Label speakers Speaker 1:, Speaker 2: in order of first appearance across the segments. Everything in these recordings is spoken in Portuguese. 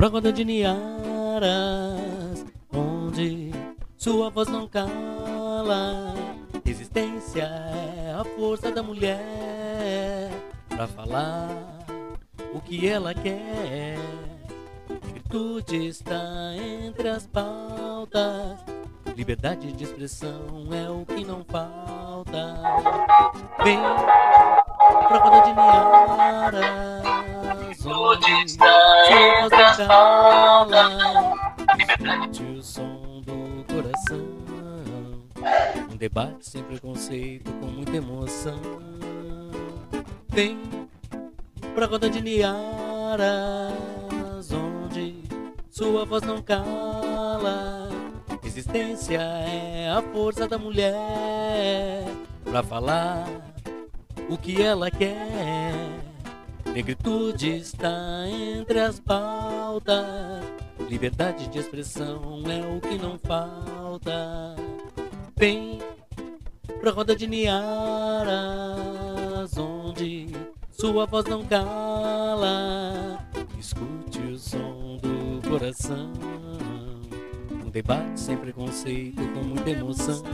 Speaker 1: pra roda de Niaras, onde sua voz não cala. Resistência é a força da mulher pra falar o que ela quer. Negritude está entre as pautas, liberdade de expressão é o que não falta. Vem pra roda de Niaras, onde sua voz não cala. Escute o som do coração, um debate sem preconceito, com muita emoção. Vem pra roda de Niaras, onde sua voz não cala. Resistência é a força da mulher pra falar o que ela quer. Negritude está entre as pautas, liberdade de expressão é o que não falta. Vem pra roda de Niaras, onde sua voz não cala. Escute o som do coração, um debate sem preconceito, com muita emoção.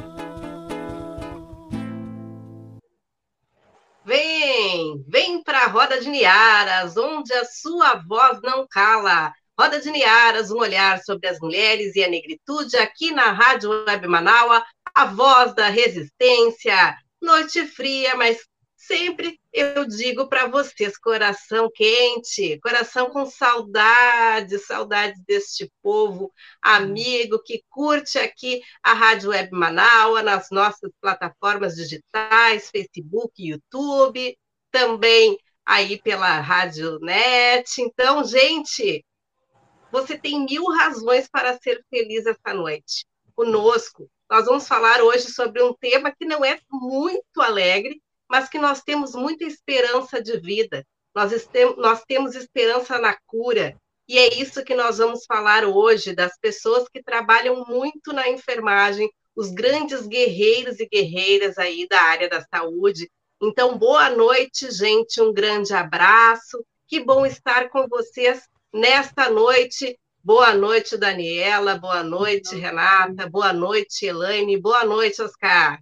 Speaker 2: Vem pra Roda de Niaras, onde a sua voz não cala. Roda de Niaras, um olhar sobre as mulheres e a negritude, aqui na Rádio Web Manaua, a voz da resistência. Noite fria, mas sempre eu digo para vocês, coração quente, coração com saudades deste povo amigo que curte aqui a Rádio Web Manaua, nas nossas plataformas digitais, Facebook, YouTube, também aí pela Rádio Net. Então, gente, você tem 1000 razões para ser feliz esta noite conosco. Nós vamos falar hoje sobre um tema que não é muito alegre, mas que nós temos muita esperança de vida. Nós temos esperança na cura. E é isso que nós vamos falar hoje, das pessoas que trabalham muito na enfermagem, os grandes guerreiros e guerreiras aí da área da saúde. Então, boa noite, gente, um grande abraço. Que bom estar com vocês nesta noite. Boa noite, Daniela. Boa noite, Renata. Boa noite, Elaine. Boa noite, Oscar.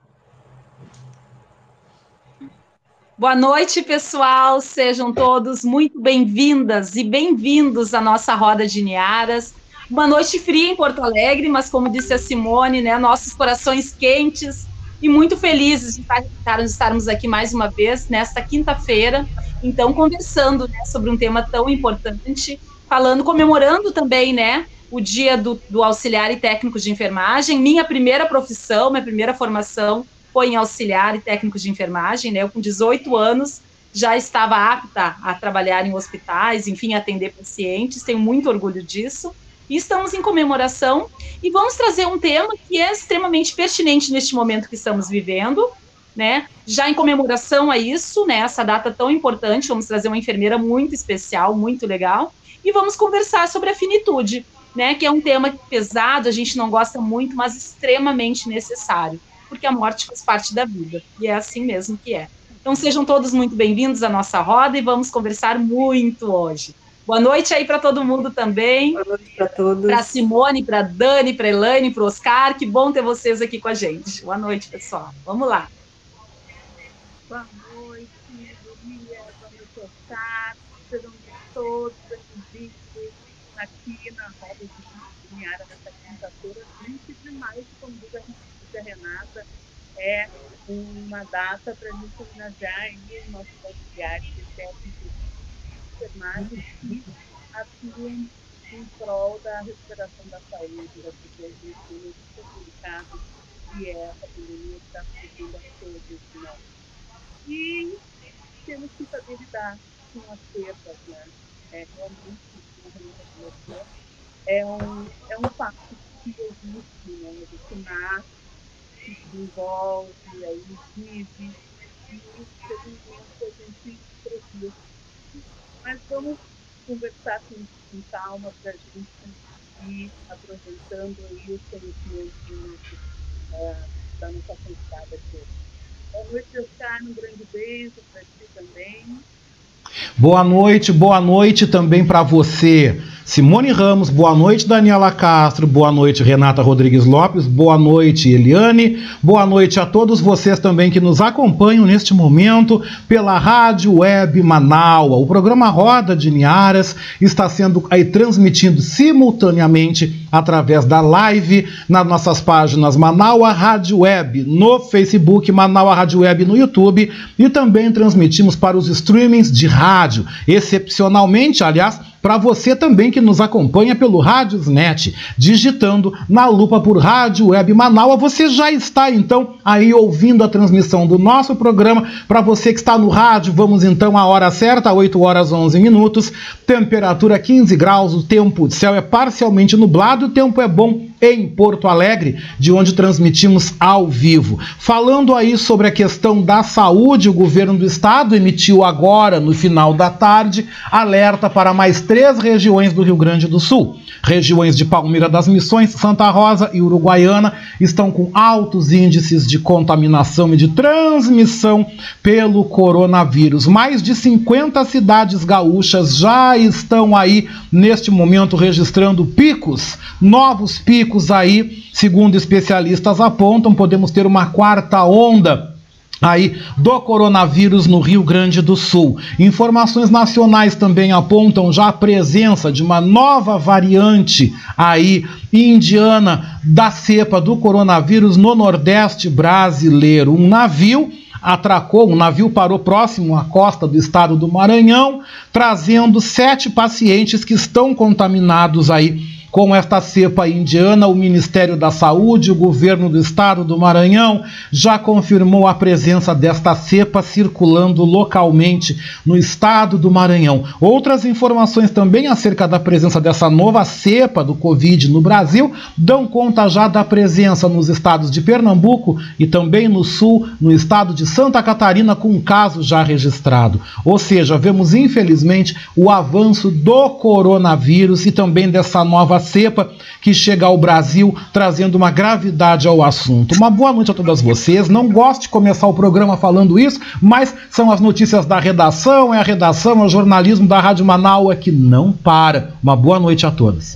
Speaker 3: Boa noite, pessoal. Sejam todos muito bem-vindas e bem-vindos à nossa Roda de Niaras. Uma noite fria em Porto Alegre, mas como disse a Simone, né, nossos corações quentes e muito felizes de estarmos aqui mais uma vez nesta quinta-feira, então conversando, né, sobre um tema tão importante, comemorando também, né, o dia do auxiliar e técnico de enfermagem, minha primeira profissão, minha primeira formação foi em auxiliar e técnico de enfermagem, né? Eu com 18 anos já estava apta a trabalhar em hospitais, enfim, atender pacientes, tenho muito orgulho disso. E estamos em comemoração e vamos trazer um tema que é extremamente pertinente neste momento que estamos vivendo, né? Já em comemoração a isso, né? Essa data tão importante, vamos trazer uma enfermeira muito especial, muito legal, e vamos conversar sobre a finitude, né? Que é um tema pesado, a gente não gosta muito, mas extremamente necessário, porque a morte faz parte da vida, e é assim mesmo que é. Então, sejam todos muito bem-vindos à nossa roda e vamos conversar muito hoje. Boa noite aí para todo mundo também.
Speaker 4: Boa noite para todos.
Speaker 3: Para Simone, para Dani, para Elaine, para o Oscar, que bom ter vocês aqui com a gente. Boa noite, pessoal. Vamos lá.
Speaker 5: Boa noite, Lulia, boa noite, Oscar. Sejam todos bem-vindos aqui na roda de Niara nessa quinta-feira, 20 de maio, como diz a Renata, é uma data para a gente homenagear aí os nossos auxiliares e técnicos de enfermagem que atuam em prol da recuperação da saúde das pessoas nesse complicado que é essa pandemia que está afetando a todos nós. E temos que saber lidar com as perdas, né? Realmente, como a Renata colocou, é um fato que existe, né? Que nasce, se desenvolve, aí vive, e infelizmente a gente precisa. Mas vamos conversar com calma para a gente ir aproveitando aí os conhecimentos da nossa convidada aqui. Boa noite, Oscar, um grande beijo para ti também.
Speaker 4: Boa noite também para você, Simone Ramos. Boa noite, Daniela Castro. Boa noite, Renata Rodrigues Lopes. Boa noite, Eliane. Boa noite a todos vocês também que nos acompanham neste momento pela Rádio Web Manaua. O programa Roda de Niaras está sendo aí transmitido simultaneamente através da live nas nossas páginas Manaua Rádio Web no Facebook, Manaua Rádio Web no YouTube, e também transmitimos para os streamings de rádio, excepcionalmente, aliás, para você também que nos acompanha pelo Rádiosnet, digitando na lupa por Rádio Web Manaua, você já está então aí ouvindo a transmissão do nosso programa. Para você que está no rádio, vamos então à hora certa, 8 horas 11 minutos, temperatura 15 graus, o tempo do céu é parcialmente nublado, o tempo é bom em Porto Alegre, de onde transmitimos ao vivo. Falando aí sobre a questão da saúde, o governo do estado emitiu agora, no final da tarde, alerta para mais 3 regiões do Rio Grande do Sul. Regiões de Palmeira das Missões, Santa Rosa e Uruguaiana estão com altos índices de contaminação e de transmissão pelo coronavírus. Mais de 50 cidades gaúchas já estão aí, neste momento, registrando picos, novos picos aí, segundo especialistas apontam, podemos ter uma 4ª onda aí do coronavírus no Rio Grande do Sul. Informações nacionais também apontam já a presença de uma nova variante aí indiana da cepa do coronavírus no Nordeste brasileiro. Um navio parou próximo à costa do estado do Maranhão, trazendo 7 pacientes que estão contaminados aí com esta cepa indiana. O Ministério da Saúde, o governo do estado do Maranhão, já confirmou a presença desta cepa circulando localmente no estado do Maranhão. Outras informações também acerca da presença dessa nova cepa do Covid no Brasil dão conta já da presença nos estados de Pernambuco e também no sul, no estado de Santa Catarina, com um caso já registrado. Ou seja, vemos infelizmente o avanço do coronavírus e também dessa nova cepa que chega ao Brasil trazendo uma gravidade ao assunto. Uma boa noite a todas vocês. Não gosto de começar o programa falando isso, mas são as notícias da redação, é o jornalismo da Rádio Manaua que não para. Uma boa noite a todos.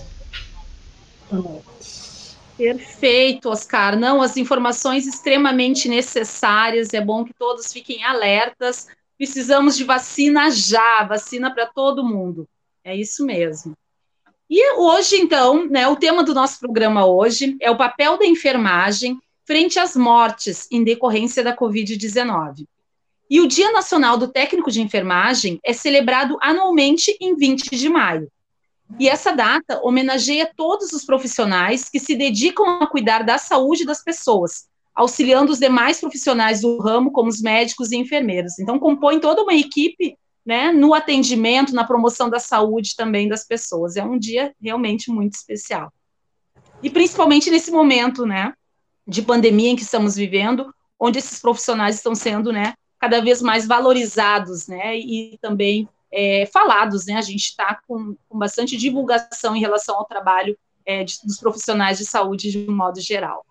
Speaker 3: Perfeito, Oscar. Não, as informações extremamente necessárias, é bom que todos fiquem alertas. Precisamos de vacina já, vacina para todo mundo. É isso mesmo. E hoje, então, né, o tema do nosso programa hoje é o papel da enfermagem frente às mortes em decorrência da Covid-19. E o Dia Nacional do Técnico de Enfermagem é celebrado anualmente em 20 de maio. E essa data homenageia todos os profissionais que se dedicam a cuidar da saúde das pessoas, auxiliando os demais profissionais do ramo, como os médicos e enfermeiros. Então, compõe toda uma equipe, né, no atendimento, na promoção da saúde também das pessoas. É um dia realmente muito especial. E principalmente nesse momento, né, de pandemia em que estamos vivendo, onde esses profissionais estão sendo, né, cada vez mais valorizados, né, e também falados, né, a gente está com bastante divulgação em relação ao trabalho dos profissionais de saúde de um modo geral.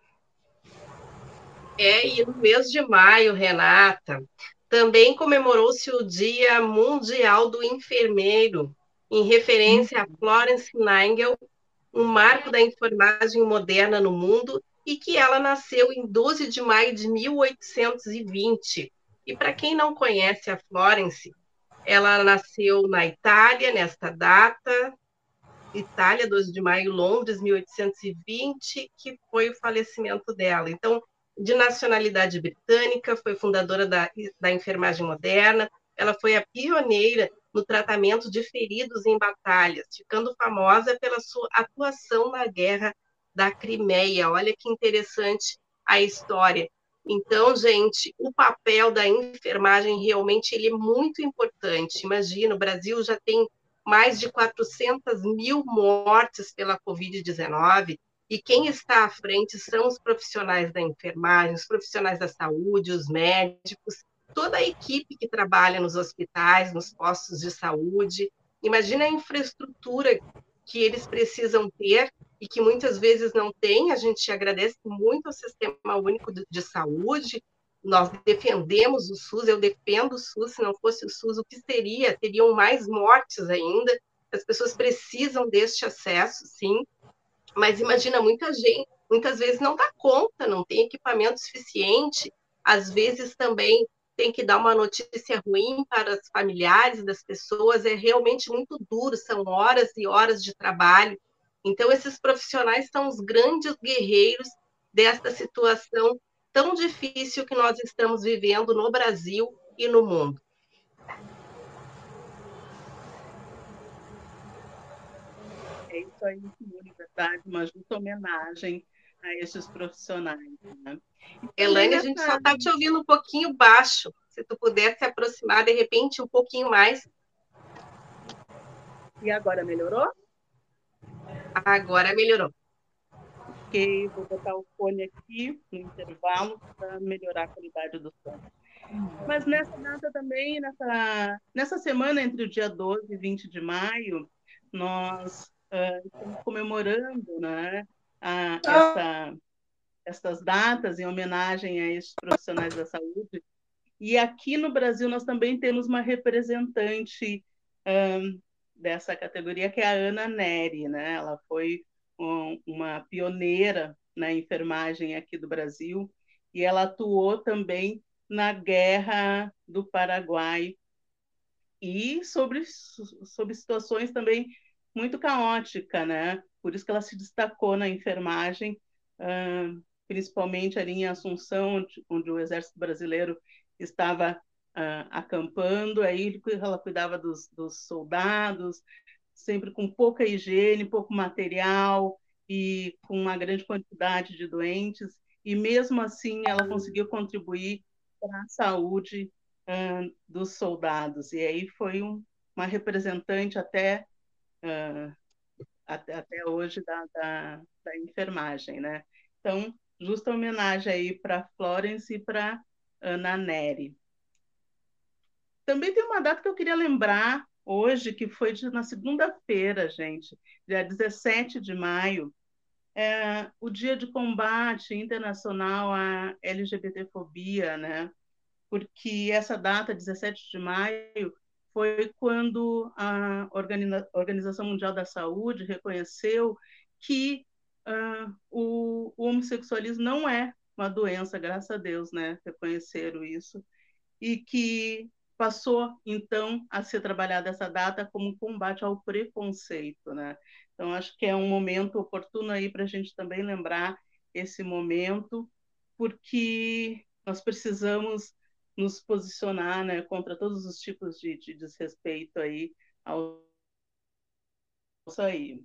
Speaker 2: E no mês de maio, Renata, também comemorou-se o Dia Mundial do Enfermeiro, em referência a Florence Nightingale, um marco da enfermagem moderna no mundo, e que ela nasceu em 12 de maio de 1820. E para quem não conhece a Florence, ela nasceu na Itália, nesta data, Itália, 12 de maio, Londres, 1820, que foi o falecimento dela. Então, de nacionalidade britânica, foi fundadora da enfermagem moderna, ela foi a pioneira no tratamento de feridos em batalhas, ficando famosa pela sua atuação na Guerra da Crimeia. Olha que interessante a história. Então, gente, o papel da enfermagem realmente ele é muito importante. Imagina, o Brasil já tem mais de 400 mil mortes pela Covid-19, e quem está à frente são os profissionais da enfermagem, os profissionais da saúde, os médicos, toda a equipe que trabalha nos hospitais, nos postos de saúde. Imagina a infraestrutura que eles precisam ter e que muitas vezes não tem. A gente agradece muito ao Sistema Único de Saúde, nós defendemos o SUS, eu defendo o SUS, se não fosse o SUS, o que seria? Teriam mais mortes ainda, as pessoas precisam deste acesso, sim, mas imagina, muita gente, muitas vezes não dá conta, não tem equipamento suficiente, às vezes também tem que dar uma notícia ruim para os familiares das pessoas, é realmente muito duro, são horas e horas de trabalho. Então, esses profissionais são os grandes guerreiros desta situação tão difícil que nós estamos vivendo no Brasil e no mundo.
Speaker 5: É isso aí, Simone, verdade, uma justa homenagem a esses profissionais. Né?
Speaker 2: Elaine, a gente só está te ouvindo um pouquinho baixo. Se tu puder se aproximar, de repente, um pouquinho mais.
Speaker 5: E agora melhorou?
Speaker 2: Agora melhorou.
Speaker 5: Ok, vou botar o fone aqui no intervalo para melhorar a qualidade do som. Mas nessa data também, nessa semana entre o dia 12 e 20 de maio, nós estamos comemorando, né, essas datas em homenagem a esses profissionais da saúde. E aqui no Brasil nós também temos uma representante dessa categoria, que é a Ana Neri, né? Ela foi uma pioneira na enfermagem aqui do Brasil e ela atuou também na Guerra do Paraguai e sobre situações também muito caóticas, né? Por isso que ela se destacou na enfermagem, principalmente ali em Assunção, onde o Exército Brasileiro estava acampando, aí ela cuidava dos soldados, sempre com pouca higiene, pouco material e com uma grande quantidade de doentes, e mesmo assim ela conseguiu contribuir para a saúde dos soldados, e aí foi uma representante até hoje da enfermagem, né? Então, justa homenagem aí para Florence e para Ana Neri. Também tem uma data que eu queria lembrar hoje, que foi na segunda-feira, gente, dia 17 de maio, o Dia de Combate Internacional à LGBTfobia, né? Porque essa data, 17 de maio, foi quando a Organização Mundial da Saúde reconheceu que o homossexualismo não é uma doença, graças a Deus, né? Reconheceram isso. E que passou, então, a ser trabalhada essa data como um combate ao preconceito, né? Então, acho que é um momento oportuno aí para a gente também lembrar esse momento, porque nós precisamos nos posicionar, né, contra todos os tipos de desrespeito aí ao isso aí.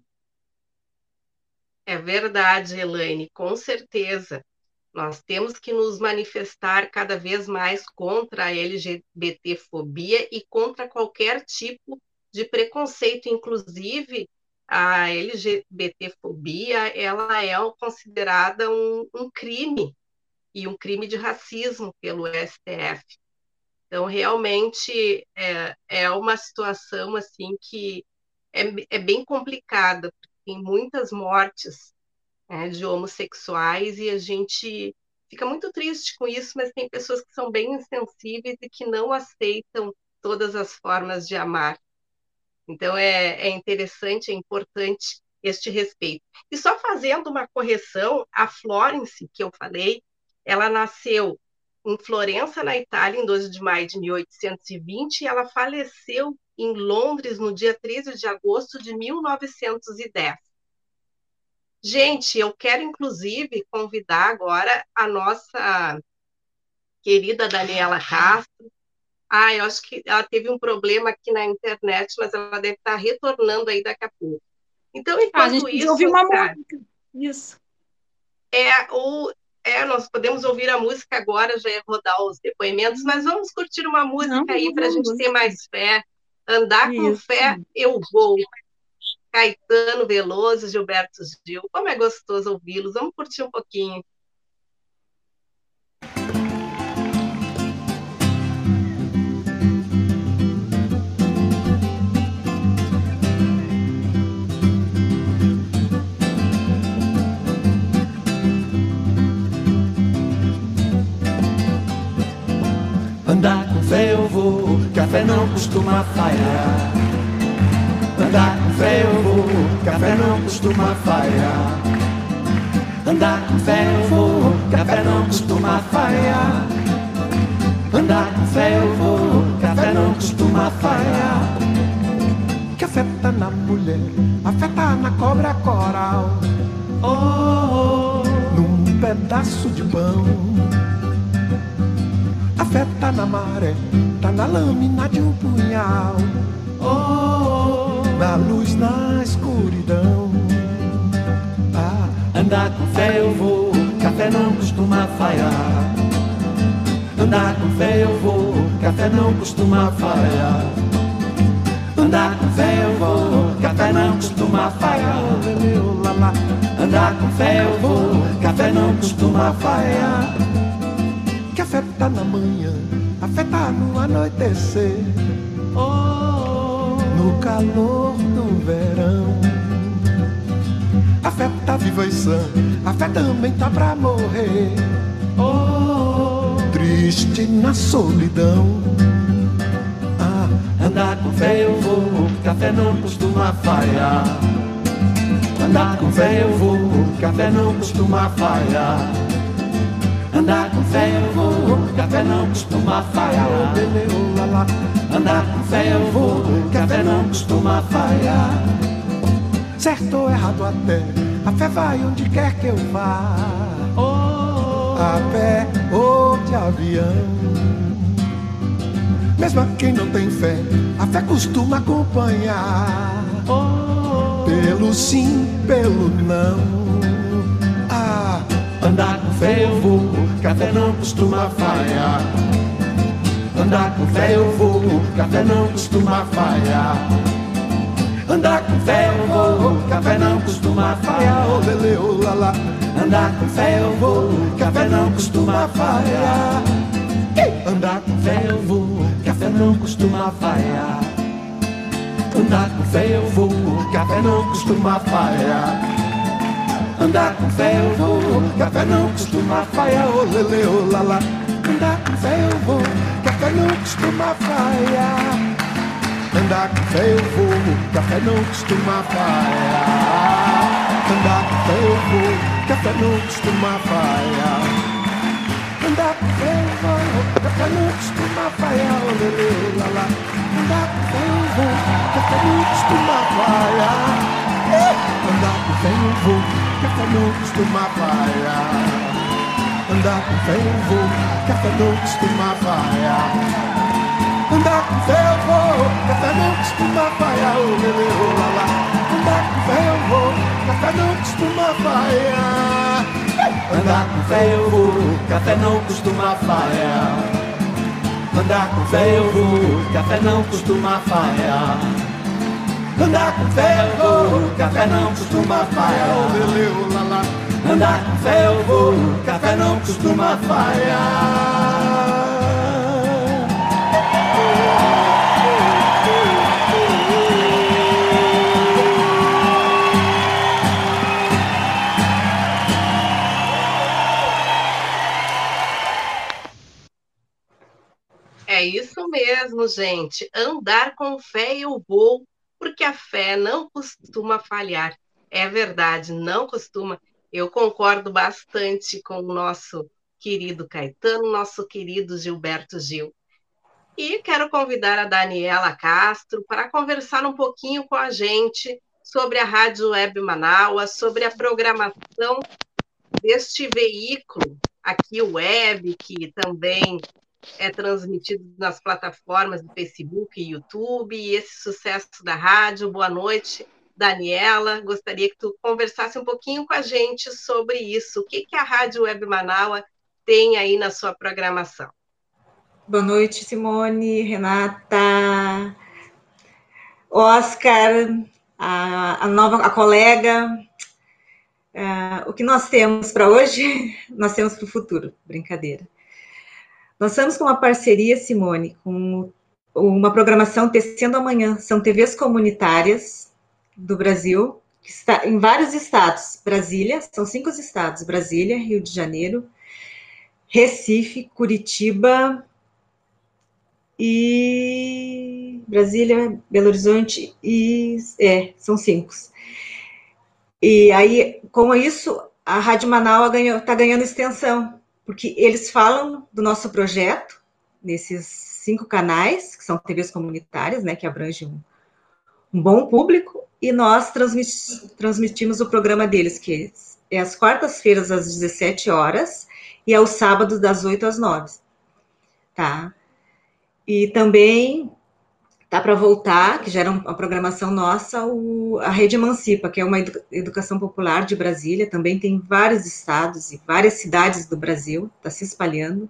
Speaker 2: É verdade, Elaine, com certeza. Nós temos que nos manifestar cada vez mais contra a LGBTfobia e contra qualquer tipo de preconceito. Inclusive, a LGBTfobia ela é considerada um crime, e um crime de racismo pelo STF. Então, realmente, é uma situação assim que é bem complicada, porque tem muitas mortes de homossexuais, e a gente fica muito triste com isso, mas tem pessoas que são bem insensíveis e que não aceitam todas as formas de amar. Então, é interessante, é importante este respeito. E só fazendo uma correção, a Florence, que eu falei, ela nasceu em Florença, na Itália, em 12 de maio de 1820, e ela faleceu em Londres no dia 13 de agosto de 1910. Gente, eu quero, inclusive, convidar agora a nossa querida Daniela Castro. Eu acho que ela teve um problema aqui na internet, mas ela deve estar retornando aí daqui a pouco. Então, enquanto isso...
Speaker 3: ouvir uma música. Isso.
Speaker 2: Nós podemos ouvir a música agora, já ia rodar os depoimentos, mas vamos curtir uma música aí para a gente ter mais fé. Andar com fé, eu vou. Caetano Veloso, Gilberto Gil. Como é gostoso ouvi-los. Vamos curtir um pouquinho.
Speaker 6: costuma falhar. Andar com fé eu vou, café não costuma falhar. Andar com fé eu vou, café não costuma falhar. Andar com fé eu vou, café não costuma falhar. Que a fé tá na mulher, a fé tá na cobra coral. Oh, oh, num pedaço de pão. A fé tá na maré, tá na lâmina de um punhal. Oh, oh, na luz, na escuridão. Ah, andar com fé eu vou, café não costuma falhar. Andar com fé eu vou, café não costuma falhar. Andar com fé eu vou, café não costuma falhar. Andar com fé eu vou, café não costuma falhar. Que a fé tá na manhã, a fé tá no anoitecer. Oh, no calor do verão. A fé tá viva e sã, a fé também tá pra morrer. Oh, triste na solidão. Andar com fé eu vou, café não costuma falhar. Andar com fé eu vou, café não costuma falhar. Andar com fé eu vou, café não costuma falhar. Andar com fé eu vou, café não costuma falhar. Certo ou errado até, a fé vai onde quer que eu vá. A pé ou de avião. Mesmo a quem não tem fé, a fé costuma acompanhar. Pelo sim, pelo não. Ah, andar com fé eu vou, café não costuma falhar. Andar com fé eu vou, café não costuma falhar. Andar com fé eu vou, café não costuma falhar. Andar com fé eu vou, café não costuma falhar. Andar com fé eu vou, café não costuma falhar. Andar com fé eu vou, café não costuma falhar. Andar com fé eu vou, café não costuma falhar. Olele, olala. Andar com fé eu vou, café não costuma falhar. Andar com fé eu vou, café não costuma falhar. Andar com fé eu vou, café não costuma falhar. Andar com fé eu vou, café não costuma falhar. Olele, olala. Andar com fé eu vou, café não costuma falhar. Andar com fé eu vou, café não costuma falhar. Andar com fé eu vou, café não costuma falhar. Andar com fé eu vou, café não costuma falhar. Olele, olala. Andar com fé eu vou, café não costuma falhar. Andar com fé eu vou, café não costuma falhar. Andar com fé eu vou, café não costuma falhar. Andar com fé eu vou, café não costuma falhar. Andar com fé eu vou, café não costuma falhar.
Speaker 2: É isso mesmo, gente. Andar com fé eu vou, porque a fé não costuma falhar. É verdade, não costuma. Eu concordo bastante com o nosso querido Caetano, nosso querido Gilberto Gil. E quero convidar a Daniela Castro para conversar um pouquinho com a gente sobre a Rádio Web Manaus, sobre a programação deste veículo aqui, o web, que também é transmitido nas plataformas do Facebook e YouTube, e esse sucesso da rádio. Boa noite, Daniela. Gostaria que tu conversasse um pouquinho com a gente sobre isso. O que a Rádio Web Manaus tem aí na sua programação?
Speaker 7: Boa noite, Simone, Renata, Oscar, a colega. O que nós temos para hoje, nós temos para o futuro. Brincadeira. Nós estamos com uma parceria, Simone, com uma programação Tecendo Amanhã. São TVs comunitárias do Brasil, que está em vários estados. Brasília, são 5 estados: Brasília, Rio de Janeiro, Recife, Curitiba, e Brasília, Belo Horizonte, e são 5. E aí, com isso, a Rádio Manaus está ganhando extensão, porque eles falam do nosso projeto, nesses 5 canais, que são TVs comunitárias, né, que abrangem um bom público, e nós transmitimos o programa deles, que é às quartas-feiras, às 17 horas, e aos sábados, das 8 às 9. Tá? E também tá para voltar, que já era uma programação nossa, a Rede Emancipa, que é uma educação popular de Brasília, também tem vários estados e várias cidades do Brasil, está se espalhando.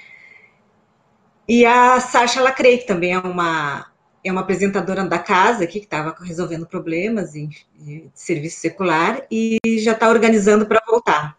Speaker 7: E a Sasha Lacrei, que também é uma apresentadora da casa aqui, que estava resolvendo problemas de serviço secular, e já está organizando para voltar.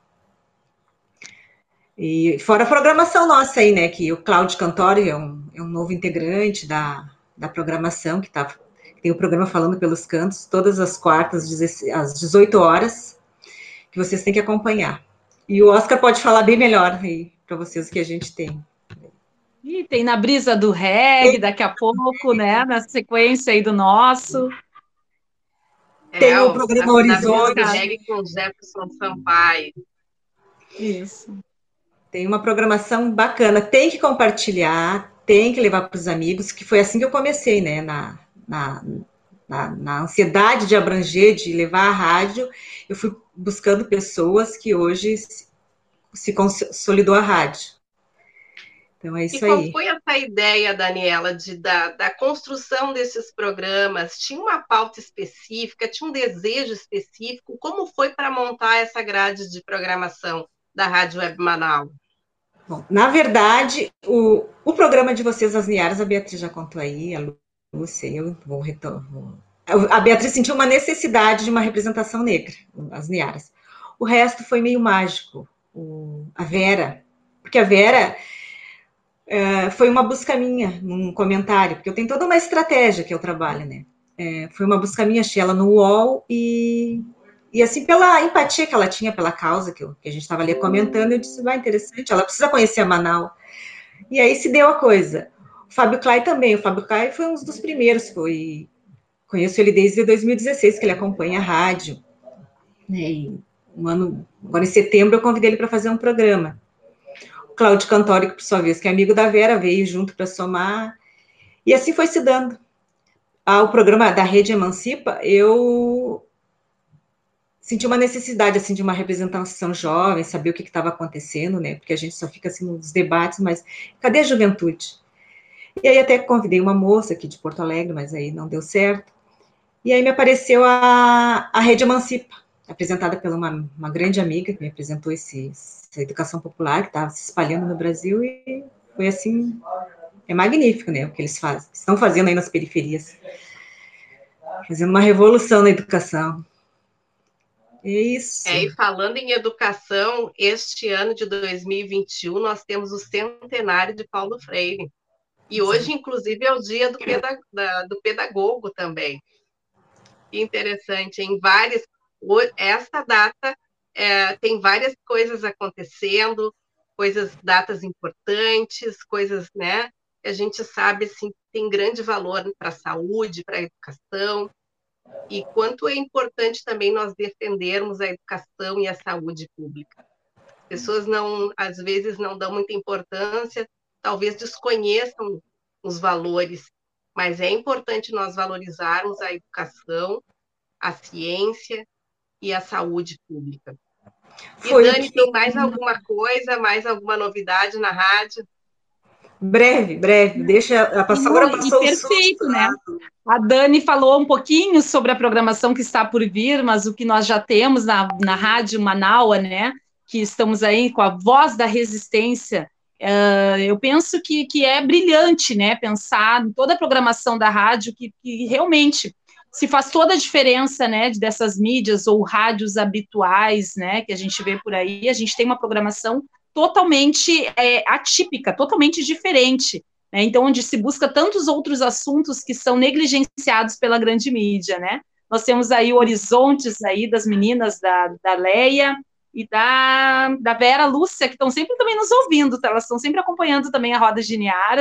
Speaker 7: E fora a programação nossa aí, né, que o Cláudio Cantori é um novo integrante da programação, que tem o programa Falando pelos Cantos, todas as quartas, às 18 horas, que vocês têm que acompanhar. E o Oscar pode falar bem melhor aí para vocês o que a gente tem.
Speaker 3: E tem Na Brisa do Reggae, daqui a pouco, né, na sequência aí do nosso.
Speaker 7: Tem o programa Horizonte.
Speaker 2: Na Brisa do Reggae com Jefferson Sampaio.
Speaker 3: Isso.
Speaker 7: Tem uma programação bacana, tem que compartilhar, tem que levar para os amigos, que foi assim que eu comecei, né, na ansiedade de abranger, de levar a rádio, eu fui buscando pessoas que hoje se consolidou a rádio. Então é isso aí.
Speaker 2: E qual foi essa ideia, Daniela, da construção desses programas? Tinha uma pauta específica, tinha um desejo específico? Como foi para montar essa grade de programação da Rádio Web Manaus?
Speaker 7: Bom, na verdade, o programa de vocês, As Niaras, a Beatriz já contou aí, a Lúcia, eu vou retornar. A Beatriz sentiu uma necessidade de uma representação negra, As Niaras. O resto foi meio mágico. A Vera, porque a Vera foi uma busca minha, num comentário, porque eu tenho toda uma estratégia que eu trabalho, né? Foi uma busca minha, achei ela no UOL e assim, pela empatia que ela tinha pela causa, que a gente estava ali comentando, eu disse, vai, interessante, ela precisa conhecer a Manaus. E aí se deu a coisa. O Fábio Clay também, o Fábio Clay foi um dos primeiros, conheço ele desde 2016, que ele acompanha a rádio, né, e agora em setembro eu convidei ele para fazer um programa. O Cláudio Cantori, por sua vez, que é amigo da Vera, veio junto para somar, e assim foi se dando. O programa da Rede Emancipa, eu senti uma necessidade, assim, de uma representação jovem, saber o que estava acontecendo, né, porque a gente só fica, assim, nos debates, mas cadê a juventude? E aí até convidei uma moça aqui de Porto Alegre, mas aí não deu certo, e aí me apareceu a Rede Emancipa, apresentada por uma grande amiga, que me apresentou essa educação popular, que estava se espalhando no Brasil, e foi, assim, é magnífico, né, o que eles estão fazendo aí nas periferias, fazendo uma revolução na educação. Isso.
Speaker 2: E falando em educação, este ano de 2021 nós temos o centenário de Paulo Freire. E hoje, inclusive, é o dia do pedagogo também. Interessante, essa data tem várias coisas acontecendo, datas importantes, coisas, né, que a gente sabe, assim, tem grande valor para a saúde, para a educação. E quanto é importante também nós defendermos a educação e a saúde pública. As pessoas às vezes não dão muita importância, talvez desconheçam os valores, mas é importante nós valorizarmos a educação, a ciência e a saúde pública. E Dani, tem mais alguma coisa, mais alguma novidade na rádio?
Speaker 7: Breve, deixa a pastora passou o
Speaker 3: perfeito, né? A Dani falou um pouquinho sobre a programação que está por vir, mas o que nós já temos na Rádio Manaus, né? Que estamos aí com a voz da resistência. Eu penso que é brilhante, né? Pensar em toda a programação da rádio que realmente se faz toda a diferença, né? Dessas mídias ou rádios habituais, né? Que a gente vê por aí. A gente tem uma programação totalmente atípica, totalmente diferente, né? Então, onde se busca tantos outros assuntos que são negligenciados pela grande mídia, né? Nós temos aí horizontes aí das meninas da Leia e da Vera Lúcia, que estão sempre também nos ouvindo, tá? Elas estão sempre acompanhando também a Roda de Niaras,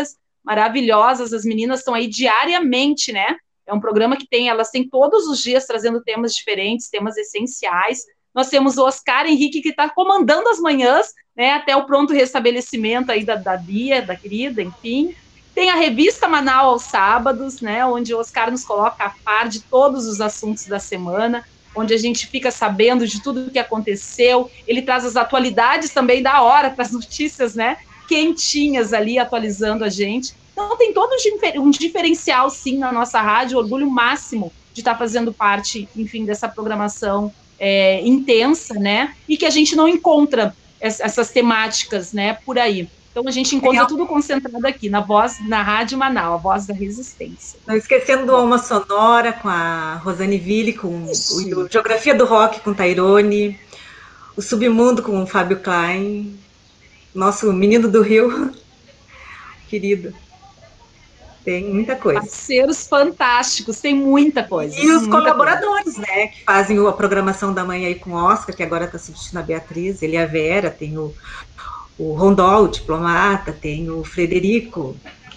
Speaker 3: maravilhosas, as meninas estão aí diariamente, né? É um programa que elas têm todos os dias trazendo temas diferentes, temas essenciais. Nós temos o Oscar Henrique, que está comandando as manhãs, né, até o pronto restabelecimento aí da Bia, da querida, enfim. Tem a revista Manaus aos sábados, né, onde o Oscar nos coloca a par de todos os assuntos da semana, onde a gente fica sabendo de tudo o que aconteceu. Ele traz as atualidades também da hora, para as notícias, né, quentinhas ali, atualizando a gente. Então, tem todo um diferencial, sim, na nossa rádio, orgulho máximo de estar fazendo parte, enfim, dessa programação intensa, né, e que a gente não encontra essas temáticas, né, por aí. Então, a gente encontra tudo concentrado aqui, na Rádio Manaus, a voz da resistência.
Speaker 7: Não esquecendo do Alma Sonora, com a Rosane Ville, com o Geografia do Rock, com Tairone, o Submundo, com o Fábio Klein, nosso menino do Rio, querido. Tem muita coisa.
Speaker 3: Parceiros fantásticos, tem muita coisa.
Speaker 7: E os colaboradores, né, que fazem a programação da manhã aí com o Oscar, que agora está substituindo a Beatriz, ele e a Vera, tem o Rondol, o diplomata, tem o Frederico,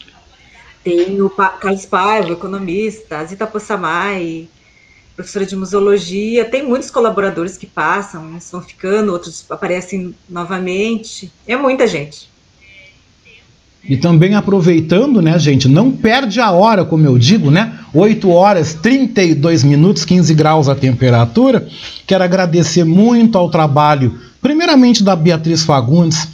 Speaker 7: tem o Carlos Paiva, economista, a Zita Possamay, professora de museologia, tem muitos colaboradores que passam, uns vão ficando, outros aparecem novamente, é muita gente.
Speaker 4: E também aproveitando, né, gente, não perde a hora, como eu digo, né, 8 horas, 32 minutos, 15 graus a temperatura. Quero agradecer muito ao trabalho, primeiramente da Beatriz Fagundes,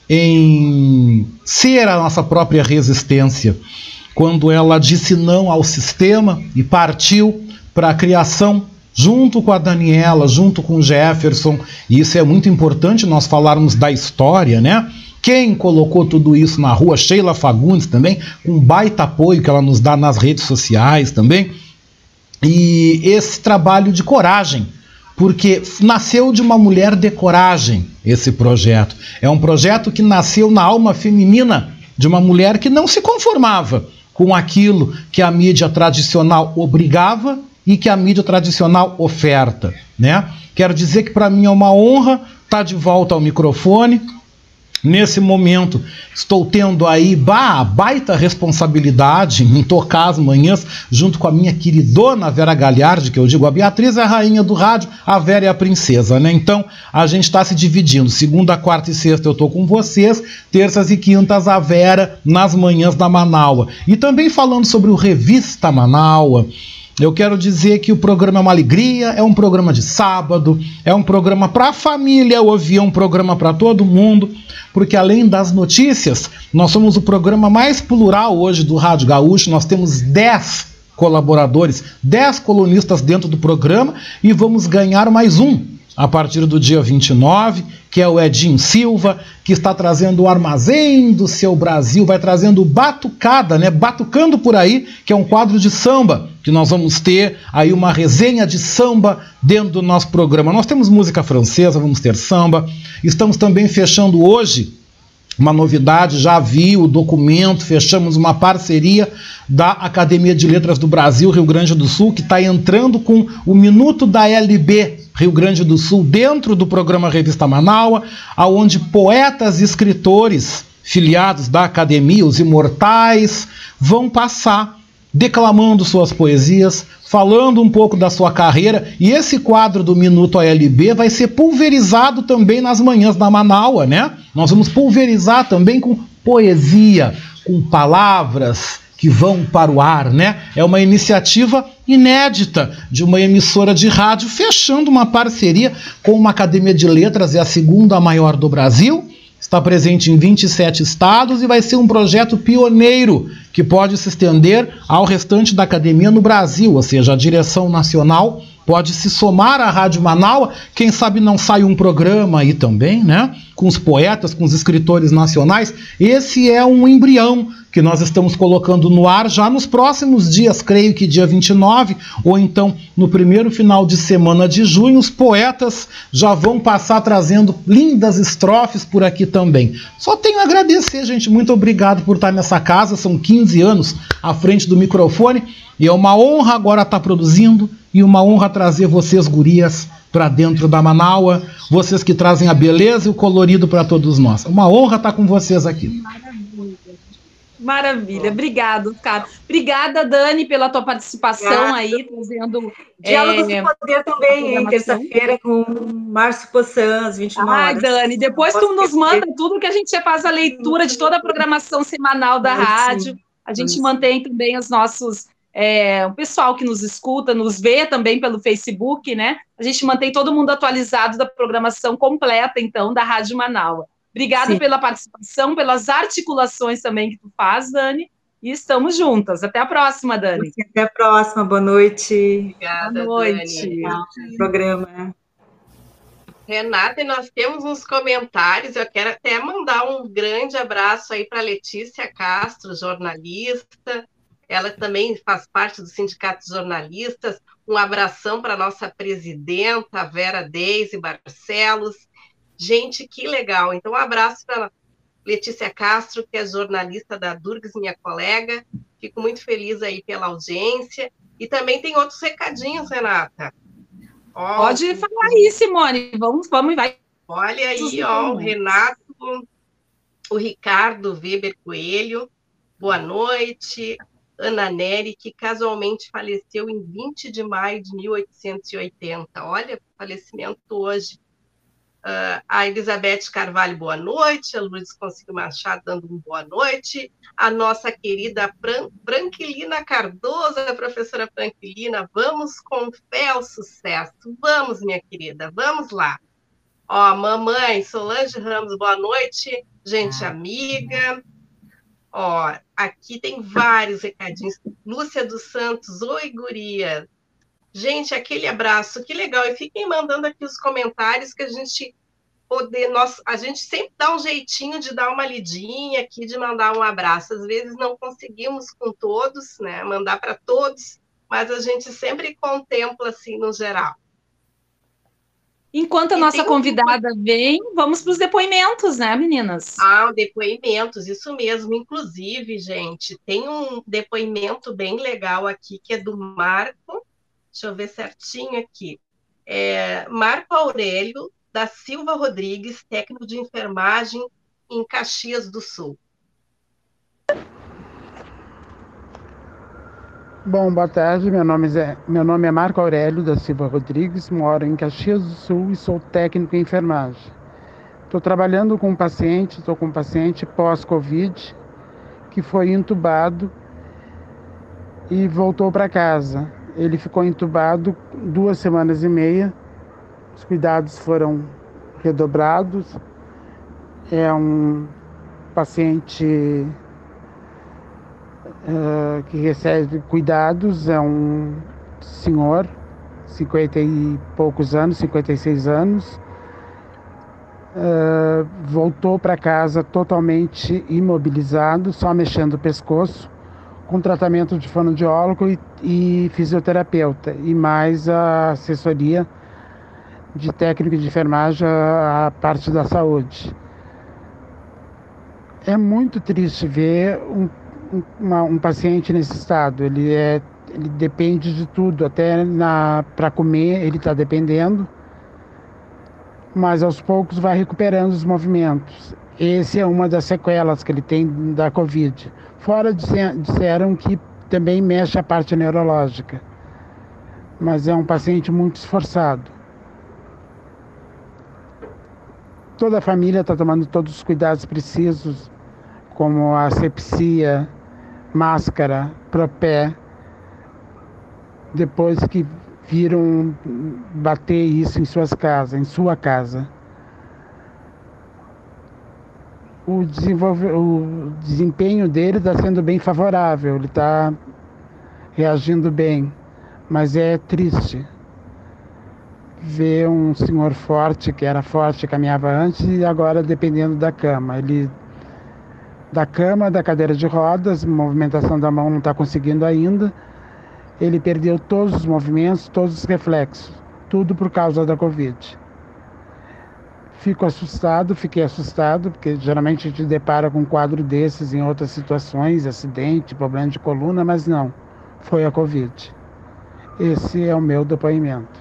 Speaker 4: em ser a nossa própria resistência, quando ela disse não ao sistema e partiu para a criação, junto com a Daniela, junto com o Jefferson, e isso é muito importante nós falarmos da história, né? Quem colocou tudo isso na rua? Sheila Fagundes também, com baita apoio que ela nos dá nas redes sociais também. E esse trabalho de coragem, porque nasceu de uma mulher de coragem esse projeto. É um projeto que nasceu na alma feminina de uma mulher que não se conformava com aquilo que a mídia tradicional obrigava e que a mídia tradicional oferta, né? Quero dizer que para mim é uma honra estar de volta ao microfone. Nesse momento, estou tendo aí baita responsabilidade em tocar as manhãs junto com a minha queridona Vera Galhardi, que eu digo, a Beatriz é a rainha do rádio, a Vera é a princesa, né? Então, a gente está se dividindo. Segunda, quarta e sexta eu estou com vocês, terças e quintas a Vera nas manhãs da Manaua. E também falando sobre o Revista Manaua, eu quero dizer que o programa é uma alegria, é um programa de sábado, é um programa para a família ouvir, é um programa para todo mundo, porque além das notícias, nós somos o programa mais plural hoje do Rádio Gaúcho, nós temos 10 colaboradores, 10 colunistas dentro do programa e vamos ganhar mais um a partir do dia 29, que é o Edinho Silva, que está trazendo o Armazém do Seu Brasil, vai trazendo Batucada, né? Batucando por aí, que é um quadro de samba, que nós vamos ter aí uma resenha de samba dentro do nosso programa. Nós temos música francesa, vamos ter samba, estamos também fechando hoje uma novidade, já vi o documento, fechamos uma parceria da Academia de Letras do Brasil, Rio Grande do Sul, que está entrando com o Minuto da LB Rio Grande do Sul, dentro do programa Revista Manaua, onde poetas e escritores filiados da Academia, os imortais, vão passar declamando suas poesias, falando um pouco da sua carreira, e esse quadro do Minuto ALB vai ser pulverizado também nas manhãs da Manaua, né? Nós vamos pulverizar também com poesia, com palavras que vão para o ar, né? É uma iniciativa inédita de uma emissora de rádio fechando uma parceria com uma Academia de Letras, é a segunda maior do Brasil, está presente em 27 estados e vai ser um projeto pioneiro que pode se estender ao restante da academia no Brasil, ou seja, a direção nacional pode se somar à Rádio Manaua, quem sabe não sai um programa aí também, né? Com os poetas, com os escritores nacionais. Esse é um embrião que nós estamos colocando no ar já nos próximos dias, creio que dia 29, ou então no primeiro final de semana de junho, os poetas já vão passar trazendo lindas estrofes por aqui também. Só tenho a agradecer, gente, muito obrigado por estar nessa casa, são 15 anos à frente do microfone, e é uma honra agora estar produzindo, e uma honra trazer vocês, gurias, para dentro da Manaua, vocês que trazem a beleza e o colorido para todos nós. Uma honra estar com vocês aqui.
Speaker 5: Maravilha.
Speaker 3: Maravilha, obrigado, cara. Obrigada, Dani, pela tua participação aí, trazendo...
Speaker 7: Diálogos do Poder também, em terça-feira, com Márcio Poçan, às 21 horas.
Speaker 3: Ai, Dani, depois tu nos manda tudo que a gente faz a leitura de toda a programação semanal da rádio. A gente mantém também os nossos... o pessoal que nos escuta, nos vê também pelo Facebook, né? A gente mantém todo mundo atualizado da programação completa, então, da Rádio Manaua. Obrigada pela participação, pelas articulações também que tu faz, Dani, e estamos juntas. Até a próxima, Dani.
Speaker 7: Até a próxima, boa noite.
Speaker 2: Obrigada,
Speaker 3: boa noite.
Speaker 2: Dani.
Speaker 7: Programa.
Speaker 2: Renata, e nós temos uns comentários, eu quero até mandar um grande abraço aí para Letícia Castro, jornalista, ela também faz parte do Sindicato de Jornalistas, um abração para a nossa presidenta, Vera Deise Barcelos. Gente, que legal. Então, um abraço para Letícia Castro, que é jornalista da Durgs, minha colega. Fico muito feliz aí pela audiência. E também tem outros recadinhos, Renata.
Speaker 3: Pode falar aí, Simone. Vamos e vai.
Speaker 2: Olha aí, o Renato, o Ricardo Weber Coelho. Boa noite. Ana Nery, que casualmente faleceu em 20 de maio de 1880. Olha, falecimento hoje. A Elizabeth Carvalho, boa noite. A Luiz Consigo Machado dando uma boa noite. A nossa querida Franquilina Cardoso, a professora Franquilina, vamos com fé ao sucesso. Vamos, minha querida, vamos lá. Mamãe Solange Ramos, boa noite. Gente amiga. Aqui tem vários recadinhos. Lúcia dos Santos, oi, guria. Gente, aquele abraço, que legal. E fiquem mandando aqui os comentários que a gente a gente sempre dá um jeitinho de dar uma lidinha aqui, de mandar um abraço. Às vezes não conseguimos com todos, né? Mandar para todos, mas a gente sempre contempla assim no geral.
Speaker 3: Enquanto a nossa convidada vem, vamos para os depoimentos, né, meninas?
Speaker 2: Depoimentos, isso mesmo. Inclusive, gente, tem um depoimento bem legal aqui, que é do Marco. Deixa eu ver certinho aqui. Marco Aurélio da Silva Rodrigues, técnico de enfermagem em Caxias do Sul.
Speaker 8: Bom, boa tarde. Meu nome é Marco Aurélio da Silva Rodrigues, moro em Caxias do Sul e sou técnico em enfermagem. Estou trabalhando com um paciente, pós-Covid, que foi entubado e voltou para casa. Ele ficou entubado 2 semanas e meia, os cuidados foram redobrados. É um paciente que recebe cuidados, é um senhor, 50 e poucos anos, 56 anos, voltou para casa totalmente imobilizado, só mexendo o pescoço, com tratamento de fonoaudiólogo e fisioterapeuta, e mais a assessoria de técnico de enfermagem, a parte da saúde. É muito triste ver um paciente nesse estado. Ele depende de tudo, até para comer ele está dependendo, mas aos poucos vai recuperando os movimentos. Esse é uma das sequelas que ele tem da Covid. Fora disseram que também mexe a parte neurológica, mas é um paciente muito esforçado. Toda a família está tomando todos os cuidados precisos, como a asepsia, máscara, propé, depois que viram bater isso em sua casa. O desempenho dele está sendo bem favorável, ele está reagindo bem, mas é triste ver um senhor forte, que era forte, caminhava antes, e agora dependendo da cama. Da cadeira de rodas, movimentação da mão não está conseguindo ainda. Ele perdeu todos os movimentos, todos os reflexos, tudo por causa da Covid. Fiquei assustado, porque geralmente a gente depara com um quadro desses em outras situações, acidente, problema de coluna, mas não, foi a Covid. Esse é o meu depoimento.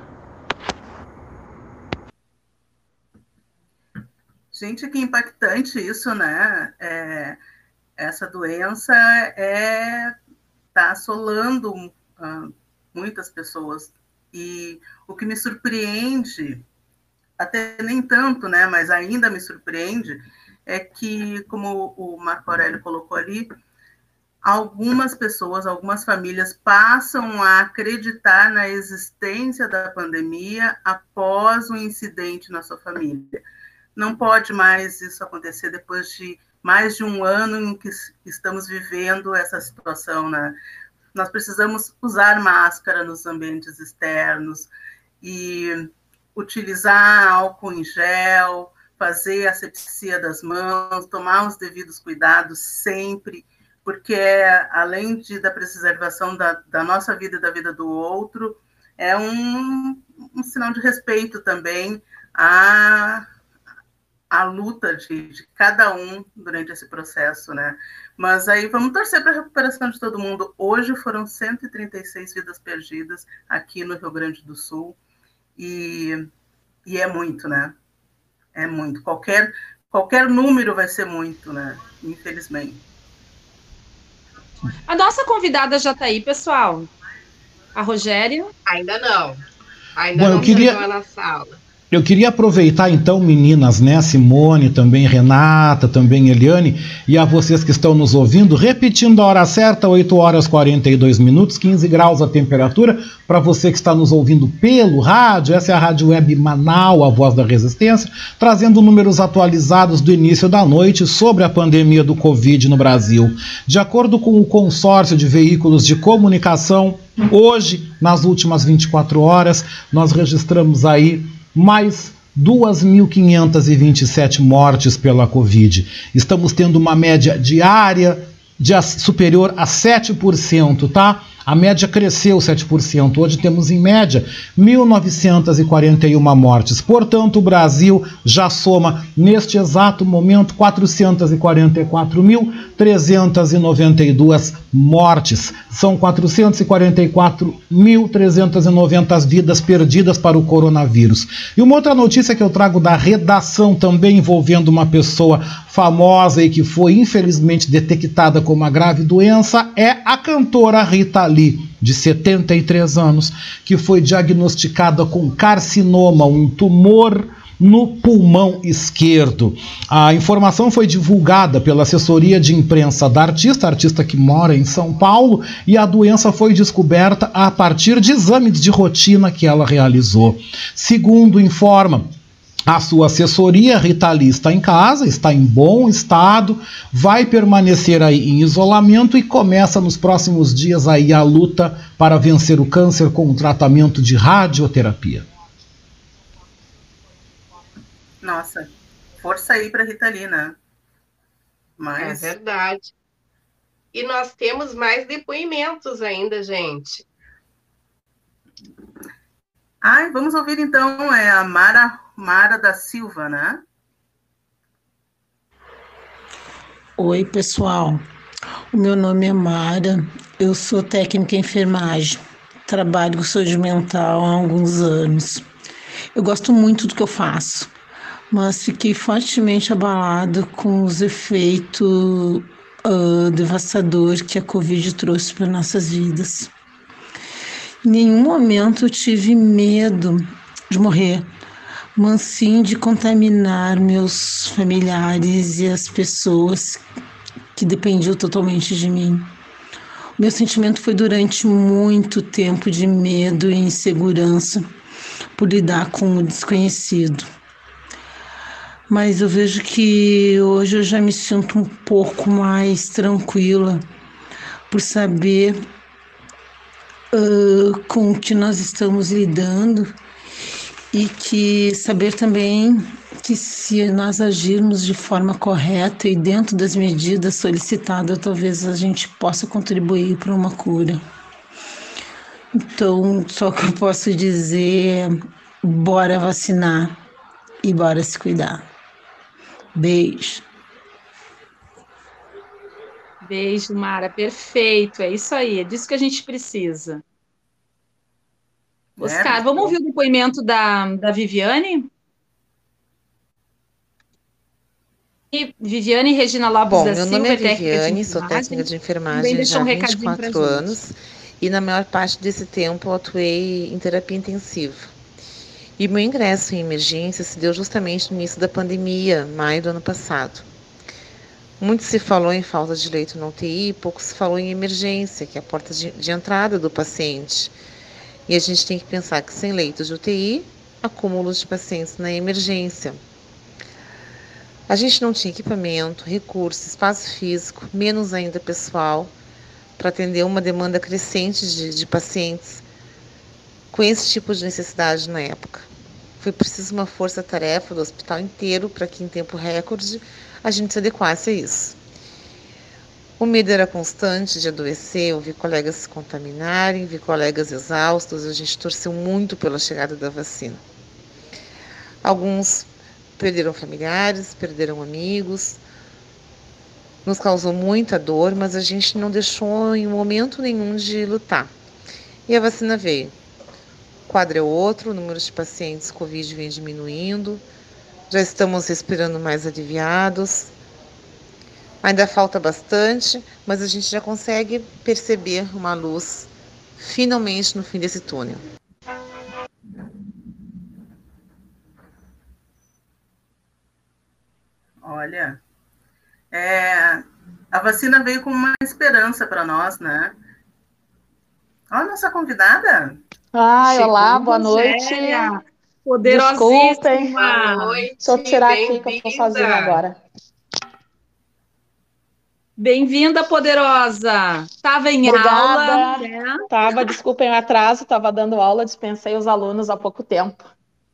Speaker 9: Gente, que impactante isso, né? essa doença está assolando muitas pessoas. E o que me surpreende, até nem tanto, né, mas ainda me surpreende, é que, como o Marco Aurélio colocou ali, algumas pessoas, algumas famílias passam a acreditar na existência da pandemia após um incidente na sua família. Não pode mais isso acontecer depois de mais de um ano em que estamos vivendo essa situação, né? Nós precisamos usar máscara nos ambientes externos e utilizar álcool em gel, fazer asepsia das mãos, tomar os devidos cuidados sempre, porque além da preservação da nossa vida e da vida do outro, é um sinal de respeito também à luta de cada um durante esse processo, né? Mas aí vamos torcer para a recuperação de todo mundo. Hoje foram 136 vidas perdidas aqui no Rio Grande do Sul, e é muito, né? É muito. Qualquer número vai ser muito, né? Infelizmente.
Speaker 3: A nossa convidada já está aí, pessoal. A Rogéria?
Speaker 2: Ainda não. Ainda não chegou na sala.
Speaker 4: Eu queria aproveitar então, meninas, né, Simone, também Renata, também Eliane, e a vocês que estão nos ouvindo, repetindo a hora certa, 8 horas 42 minutos, 15 graus a temperatura, para você que está nos ouvindo pelo rádio, essa é a Rádio Web Manaus, a voz da resistência, trazendo números atualizados do início da noite sobre a pandemia do Covid no Brasil. De acordo com o consórcio de veículos de comunicação, hoje, nas últimas 24 horas, nós registramos aí mais 2.527 mortes pela Covid. Estamos tendo uma média diária superior a 7%, tá? A média cresceu 7%. Hoje temos, em média, 1.941 mortes. Portanto, o Brasil já soma, neste exato momento, 444.392 mortes. São 444.390 vidas perdidas para o coronavírus. E uma outra notícia que eu trago da redação, também envolvendo uma pessoa famosa e que foi, infelizmente, detectada com uma grave doença, é a cantora Rita Lee, de 73 anos, que foi diagnosticada com carcinoma, um tumor no pulmão esquerdo. A informação foi divulgada pela assessoria de imprensa da artista que mora em São Paulo, e a doença foi descoberta a partir de exames de rotina que ela realizou. Segundo informa a sua assessoria, Rita Lee está em casa, está em bom estado, vai permanecer aí em isolamento e começa nos próximos dias aí a luta para vencer o câncer com o tratamento de radioterapia.
Speaker 9: Nossa, força aí para Rita Lee, né?
Speaker 2: É verdade. E nós temos mais depoimentos ainda, gente.
Speaker 9: Vamos ouvir então a Mara da Silva, né?
Speaker 10: Oi, pessoal. O meu nome é Mara, eu sou técnica em enfermagem, trabalho com saúde mental há alguns anos. Eu gosto muito do que eu faço, mas fiquei fortemente abalado com os efeitos devastadores que a Covid trouxe para nossas vidas. Em nenhum momento eu tive medo de morrer, mas sim de contaminar meus familiares e as pessoas que dependiam totalmente de mim. O meu sentimento foi durante muito tempo de medo e insegurança por lidar com o desconhecido. Mas eu vejo que hoje eu já me sinto um pouco mais tranquila por saber com o que nós estamos lidando, e que saber também que se nós agirmos de forma correta e dentro das medidas solicitadas, talvez a gente possa contribuir para uma cura. Então, só que eu posso dizer, bora vacinar e bora se cuidar. Beijo.
Speaker 3: Beijo, Mara, perfeito, é isso aí, é disso que a gente precisa. Oscar, vamos ouvir o depoimento da Viviane? Viviane Regina Lopes
Speaker 11: Bom,
Speaker 3: da
Speaker 11: meu
Speaker 3: Silva
Speaker 11: nome é
Speaker 3: técnica de
Speaker 11: Viviane, sou
Speaker 3: enfermagem.
Speaker 11: técnica de
Speaker 3: Também
Speaker 11: enfermagem
Speaker 3: deixou
Speaker 11: já
Speaker 3: um
Speaker 11: há
Speaker 3: recadinho pra
Speaker 11: 24
Speaker 3: gente.
Speaker 11: anos e na maior parte desse tempo eu atuei em terapia intensiva. E meu ingresso em emergência se deu justamente no início da pandemia, maio do ano passado. Muito se falou em falta de leito na UTI, pouco se falou em emergência, que é a porta de entrada do paciente. E a gente tem que pensar que sem leitos de UTI, acúmulos de pacientes na emergência. A gente não tinha equipamento, recursos, espaço físico, menos ainda pessoal, para atender uma demanda crescente de pacientes com esse tipo de necessidade na época. Foi preciso uma força-tarefa do hospital inteiro para que, em tempo recorde, a gente se adequasse a isso. O medo era constante de adoecer, eu vi colegas se contaminarem, vi colegas exaustos, a gente torceu muito pela chegada da vacina. Alguns perderam familiares, perderam amigos, nos causou muita dor, mas a gente não deixou em momento nenhum de lutar. E a vacina veio. O quadro é outro, o número de pacientes Covid vem diminuindo, já estamos respirando mais aliviados. Ainda falta bastante, mas a gente já consegue perceber uma luz finalmente no fim desse túnel.
Speaker 9: Olha, a vacina veio com uma esperança para nós, né? Olha a nossa convidada.
Speaker 12: Ai, olá, boa
Speaker 3: Rogéria,
Speaker 12: noite.
Speaker 3: poderosíssima.
Speaker 12: Desculpem.
Speaker 2: Boa noite,
Speaker 12: Deixa eu tirar aqui que eu tô sozinha
Speaker 2: bem-vinda.
Speaker 12: agora.
Speaker 3: Bem-vinda, poderosa. Estava em
Speaker 12: Obrigada.
Speaker 3: aula, né?
Speaker 12: Desculpem o atraso, estava dando aula, dispensei os alunos há pouco tempo.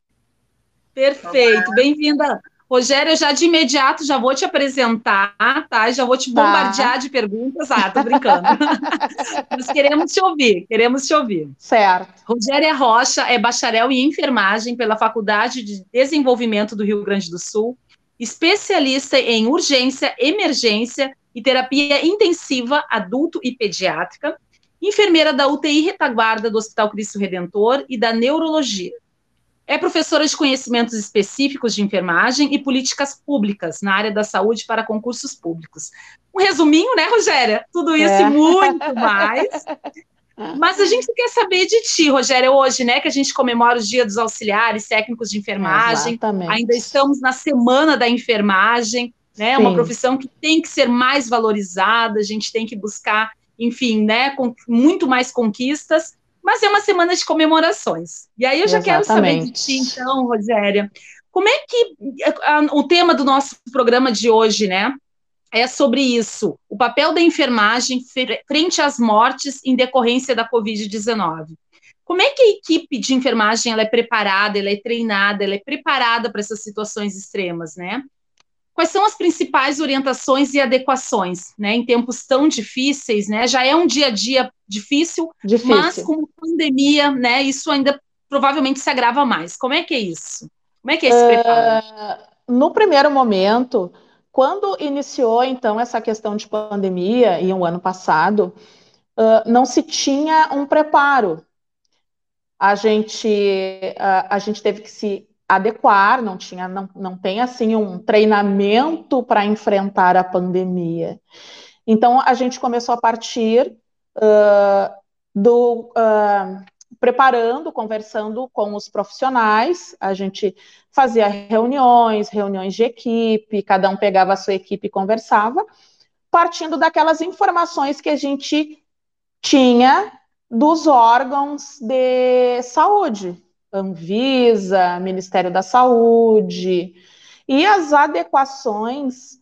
Speaker 3: Perfeito, bem-vinda. Rogério, eu já de imediato já vou te apresentar, tá? Já vou te bombardear de perguntas. Ah, tô brincando. Nós queremos te ouvir, queremos te ouvir.
Speaker 12: Certo.
Speaker 3: Rogéria Rocha é bacharel em enfermagem pela Faculdade de Desenvolvimento do Rio Grande do Sul, especialista em urgência, emergência e terapia intensiva adulto e pediátrica, enfermeira da UTI retaguarda do Hospital Cristo Redentor e da neurologia. É professora de conhecimentos específicos de enfermagem e políticas públicas na área da saúde para concursos públicos. Um resuminho, né, Rogéria? Tudo isso e muito mais. Mas a gente quer saber de ti, Rogéria, hoje, né, que a gente comemora o Dia dos Auxiliares Técnicos de Enfermagem.
Speaker 12: Exatamente.
Speaker 3: Ainda estamos na Semana da Enfermagem, né? Uma profissão que tem que ser mais valorizada, a gente tem que buscar, enfim, né, com muito mais conquistas. Mas é uma semana de comemorações. E aí eu já quero saber de ti, então, Rogéria, como é que o tema do nosso programa de hoje, né, é sobre isso, o papel da enfermagem frente às mortes em decorrência da Covid-19. Como é que a equipe de enfermagem ela é preparada, ela é treinada, ela é preparada para essas situações extremas, né? Quais são as principais orientações e adequações, né, em tempos tão difíceis, né? Já é um dia a dia difícil, mas com a pandemia, né, isso ainda provavelmente se agrava mais. Como é que é isso? Como é que é esse preparo?
Speaker 12: No primeiro momento, quando iniciou, então, essa questão de pandemia, em um ano passado, não se tinha um preparo. A gente teve que se adequar, não tem assim um treinamento para enfrentar a pandemia. Então a gente começou a partir preparando, conversando com os profissionais, a gente fazia reuniões de equipe, cada um pegava a sua equipe e conversava, partindo daquelas informações que a gente tinha dos órgãos de saúde, Anvisa, Ministério da Saúde, e as adequações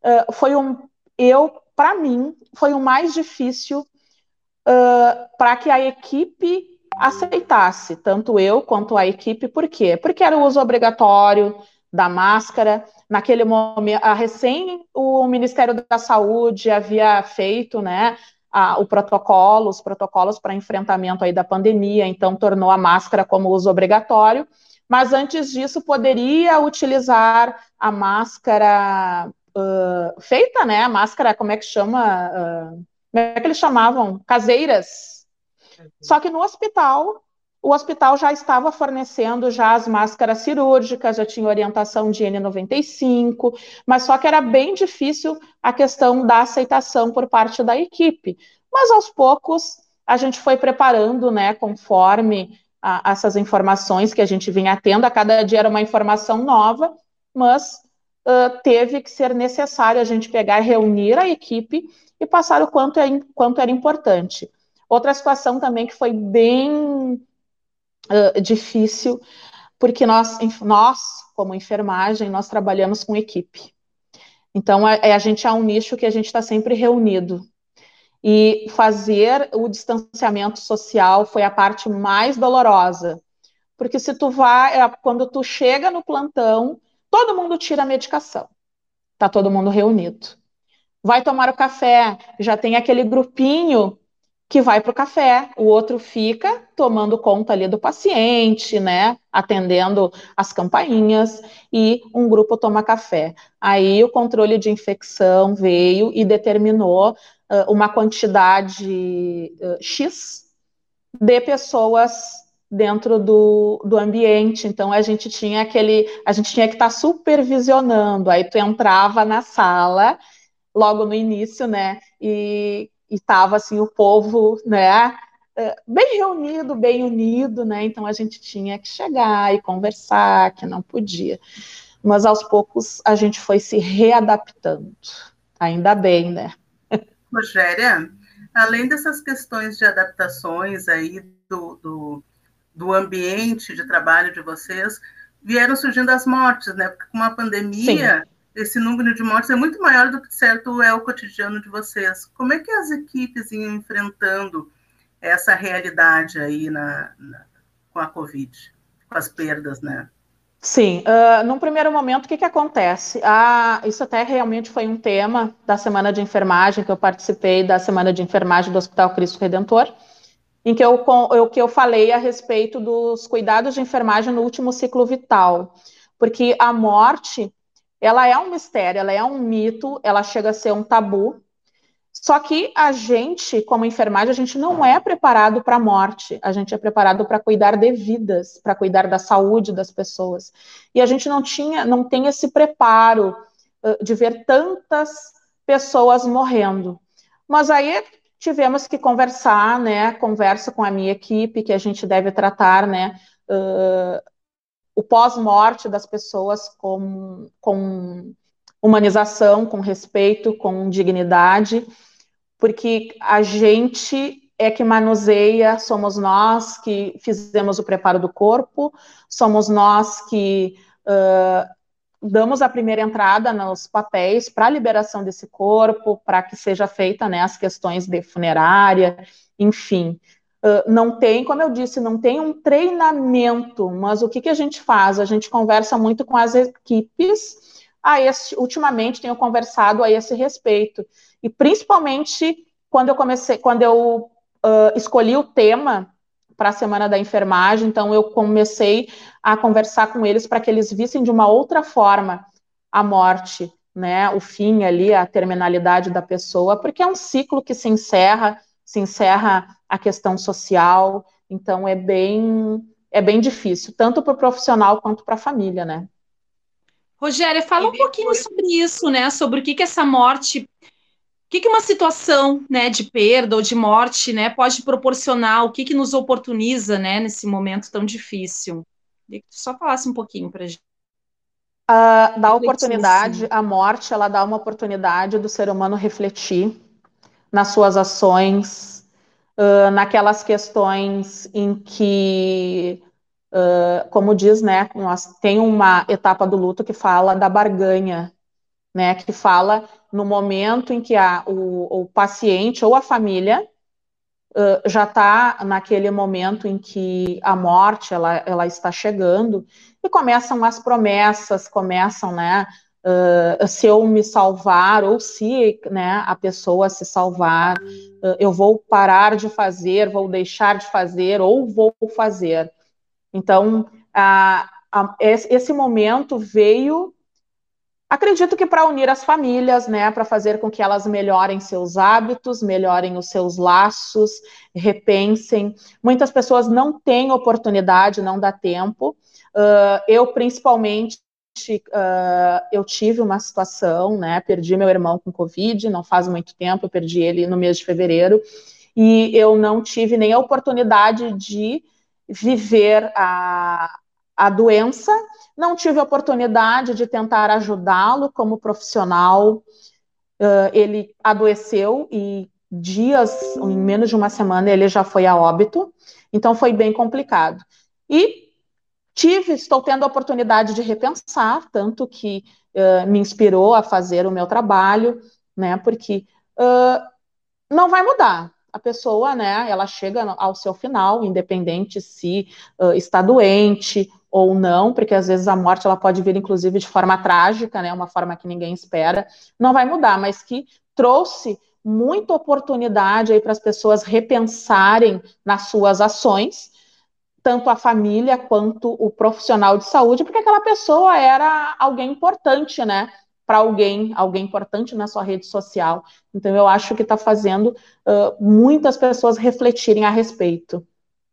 Speaker 12: para mim, foi o mais difícil para que a equipe aceitasse, tanto eu quanto a equipe. Por quê? Porque era o uso obrigatório da máscara. Naquele momento, o Ministério da Saúde havia feito, né, os protocolos para enfrentamento aí da pandemia, então tornou a máscara como uso obrigatório, mas antes disso poderia utilizar a máscara feita, né, a máscara, como é que chama, como é que eles chamavam? Caseiras. Só que no hospital, o hospital já estava fornecendo já as máscaras cirúrgicas, já tinha orientação de N95, mas só que era bem difícil a questão da aceitação por parte da equipe. Mas aos poucos a gente foi preparando, né, conforme essas informações que a gente vinha tendo, a cada dia era uma informação nova, mas teve que ser necessário a gente pegar e reunir a equipe e passar o quanto era importante. Outra situação também que foi bem difícil, porque nós, como enfermagem, nós trabalhamos com equipe. Então, a gente é um nicho que a gente está sempre reunido. E fazer o distanciamento social foi a parte mais dolorosa. Porque se tu quando tu chega no plantão, todo mundo tira a medicação. Tá todo mundo reunido. Vai tomar o café, já tem aquele grupinho que vai para o café, o outro fica tomando conta ali do paciente, né, atendendo as campainhas, e um grupo toma café. Aí o controle de infecção veio e determinou uma quantidade X de pessoas dentro do ambiente. Então a gente tinha que estar supervisionando. Aí tu entrava na sala logo no início, né, e estava assim o povo, né, bem reunido, bem unido, né, então a gente tinha que chegar e conversar, que não podia, mas aos poucos a gente foi se readaptando, ainda bem, né.
Speaker 9: Rogéria, além dessas questões de adaptações aí do ambiente de trabalho de vocês, vieram surgindo as mortes, né, porque com a pandemia... Sim. Esse número de mortes é muito maior do que, certo, é o cotidiano de vocês. Como é que as equipes iam enfrentando essa realidade aí com a Covid, com as perdas, né?
Speaker 12: Sim, num primeiro momento, o que acontece? Isso até realmente foi um tema da Semana de Enfermagem, que eu participei da Semana de Enfermagem do Hospital Cristo Redentor, em que eu falei a respeito dos cuidados de enfermagem no último ciclo vital, porque a morte... ela é um mistério, ela é um mito, ela chega a ser um tabu, só que a gente, como enfermagem, a gente não é preparado para a morte, a gente é preparado para cuidar de vidas, para cuidar da saúde das pessoas, e a gente não tem esse preparo de ver tantas pessoas morrendo, mas aí tivemos que conversar, né, conversa com a minha equipe, que a gente deve tratar, né, o pós-morte das pessoas com humanização, com respeito, com dignidade, porque a gente é que manuseia, somos nós que fizemos o preparo do corpo, somos nós que damos a primeira entrada nos papéis para a liberação desse corpo, para que seja feita, né, as questões de funerária, enfim... não tem, como eu disse, não tem um treinamento, mas o que a gente faz? A gente conversa muito com as equipes, ultimamente tenho conversado a esse respeito, e principalmente quando eu escolhi o tema para a Semana da Enfermagem, então eu comecei a conversar com eles para que eles vissem de uma outra forma a morte, né, o fim ali, a terminalidade da pessoa, porque é um ciclo que se encerra a questão social, então é bem difícil, tanto para o profissional quanto para a família, né?
Speaker 3: Rogéria, fala um pouquinho sobre isso, né? Sobre o que essa morte, o que uma situação, né, de perda ou de morte, né, pode proporcionar, o que nos oportuniza, né, nesse momento tão difícil. Queria que tu só falasse um pouquinho para a gente.
Speaker 12: Dá oportunidade, a morte, ela dá uma oportunidade do ser humano refletir nas suas ações, naquelas questões em que, como diz, né, tem uma etapa do luto que fala da barganha, né, que fala no momento em que o paciente ou a família já está naquele momento em que a morte ela está chegando, e começam as promessas, né, se eu me salvar, ou se, né, a pessoa se salvar, eu vou parar de fazer, vou deixar de fazer, ou vou fazer. Então, esse momento veio acredito que para unir as famílias, né, para fazer com que elas melhorem seus hábitos, melhorem os seus laços, repensem. Muitas pessoas não têm oportunidade, não dá tempo. Eu, principalmente, eu tive uma situação, né, perdi meu irmão com Covid, não faz muito tempo, eu perdi ele no mês de fevereiro, e eu não tive nem a oportunidade de viver a doença, não tive a oportunidade de tentar ajudá-lo como profissional. Ele adoeceu e em menos de uma semana, ele já foi a óbito, então foi bem complicado. E estou tendo a oportunidade de repensar, tanto que me inspirou a fazer o meu trabalho, né, porque não vai mudar. A pessoa, né, ela chega ao seu final, independente se está doente ou não, porque às vezes a morte ela pode vir, inclusive, de forma trágica, né, uma forma que ninguém espera, não vai mudar, mas que trouxe muita oportunidade aí para as pessoas repensarem nas suas ações, tanto a família quanto o profissional de saúde, porque aquela pessoa era alguém importante, né, para alguém importante na sua rede social. Então, eu acho que está fazendo muitas pessoas refletirem a respeito.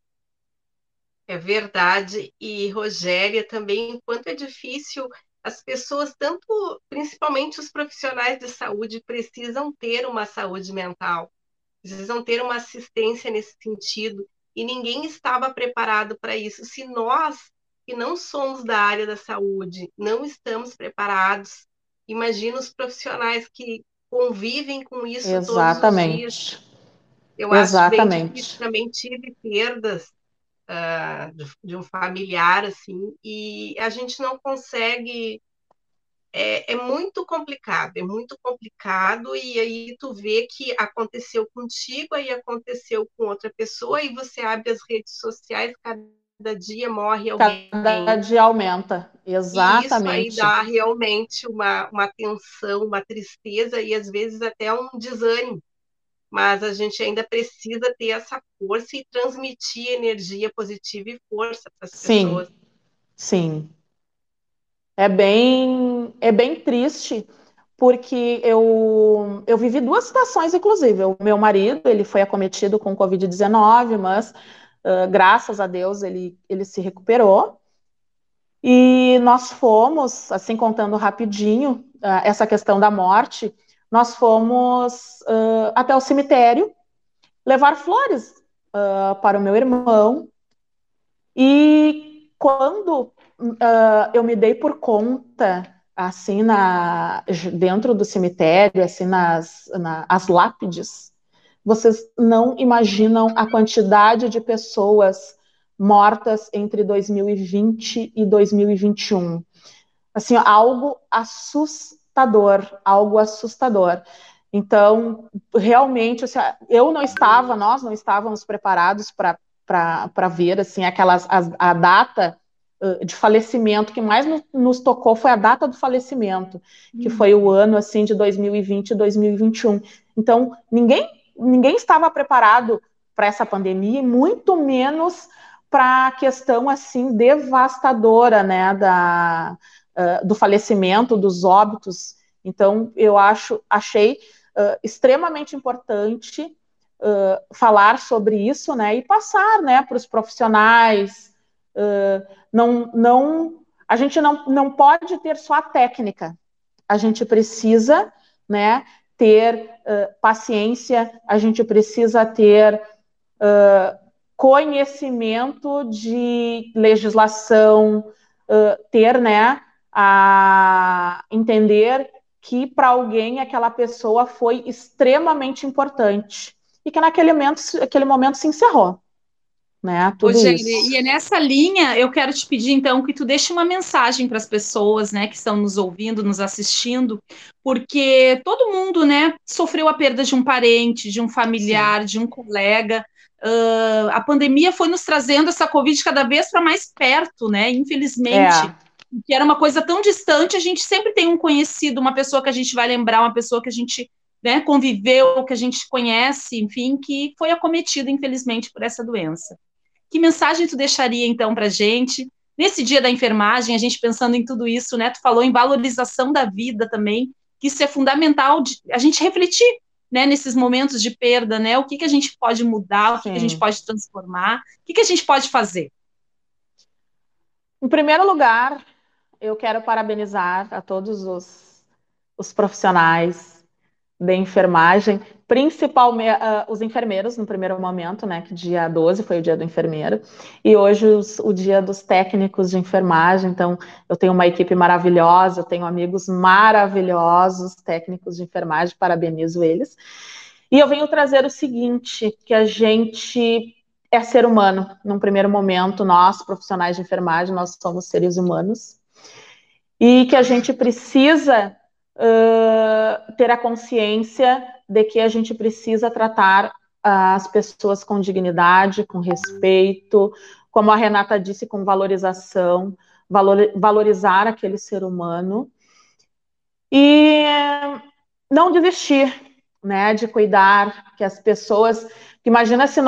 Speaker 2: É verdade. E, Rogéria, também, enquanto é difícil, as pessoas, principalmente os profissionais de saúde, precisam ter uma saúde mental, precisam ter uma assistência nesse sentido, e ninguém estava preparado para isso. Se nós, que não somos da área da saúde, não estamos preparados, imagina os profissionais que convivem com isso todos os dias. Eu acho bem difícil, também tive perdas de um familiar, assim, e a gente não consegue, é muito complicado, e aí tu vê que aconteceu contigo, aí aconteceu com outra pessoa, e você abre as redes sociais, cada dia morre alguém.
Speaker 12: Cada dia aumenta, exatamente.
Speaker 2: E isso aí dá realmente uma tensão, uma tristeza, e às vezes até um desânimo. Mas a gente ainda precisa ter essa força e transmitir energia positiva e força para as pessoas.
Speaker 12: Sim. É bem triste, porque eu vivi duas situações, inclusive. O meu marido, ele foi acometido com Covid-19, mas graças a Deus ele se recuperou. E nós fomos, assim, contando rapidinho essa questão da morte, nós fomos até o cemitério levar flores para o meu irmão. E quando eu me dei por conta, assim, dentro do cemitério, assim, as lápides, vocês não imaginam a quantidade de pessoas mortas entre 2020 e 2021. Assim, algo assustador. Então, realmente, assim, nós não estávamos preparados para ver, assim, a data de falecimento que mais nos tocou foi a data do falecimento, que foi o ano, assim, de 2020 e 2021. Então, ninguém estava preparado para essa pandemia, e muito menos para a questão, assim, devastadora, né, do falecimento, dos óbitos. Então, eu achei extremamente importante falar sobre isso, né, e passar, né, para os profissionais. A gente não pode ter só a técnica, a gente precisa, né, ter paciência, a gente precisa ter conhecimento de legislação, ter, né, a entender que para alguém aquela pessoa foi extremamente importante e que naquele momento se encerrou, né? Tudo isso.
Speaker 3: E é nessa linha, eu quero te pedir, então, que tu deixe uma mensagem para as pessoas, né, que estão nos ouvindo, nos assistindo, porque todo mundo, né, sofreu a perda de um parente, de um familiar, de um colega. A pandemia foi nos trazendo essa Covid cada vez para mais perto, né, infelizmente. Que era uma coisa tão distante, a gente sempre tem um conhecido, uma pessoa que a gente vai lembrar, uma pessoa que a gente, né, conviveu, que a gente conhece, enfim, que foi acometido, infelizmente, por essa doença. Que mensagem tu deixaria, então, para a gente, Nesse dia da enfermagem, a gente pensando em tudo isso, né? Tu falou em valorização da vida também, que isso é fundamental de a gente refletir, né, nesses momentos de perda, né? O que a gente pode mudar, o que a gente pode transformar, o que a gente pode fazer?
Speaker 12: Em primeiro lugar, eu quero parabenizar a todos os profissionais de enfermagem, principalmente os enfermeiros no primeiro momento, né, que dia 12 foi o dia do enfermeiro, e hoje o dia dos técnicos de enfermagem. Então, eu tenho uma equipe maravilhosa, eu tenho amigos maravilhosos, técnicos de enfermagem, parabenizo eles. E eu venho trazer o seguinte, que a gente é ser humano. Num primeiro momento, nós, profissionais de enfermagem, nós somos seres humanos, e que a gente precisa ter a consciência de que a gente precisa tratar as pessoas com dignidade, com respeito, como a Renata disse, com valorização, valorizar aquele ser humano e não desistir, né, de cuidar que as pessoas... Imagina se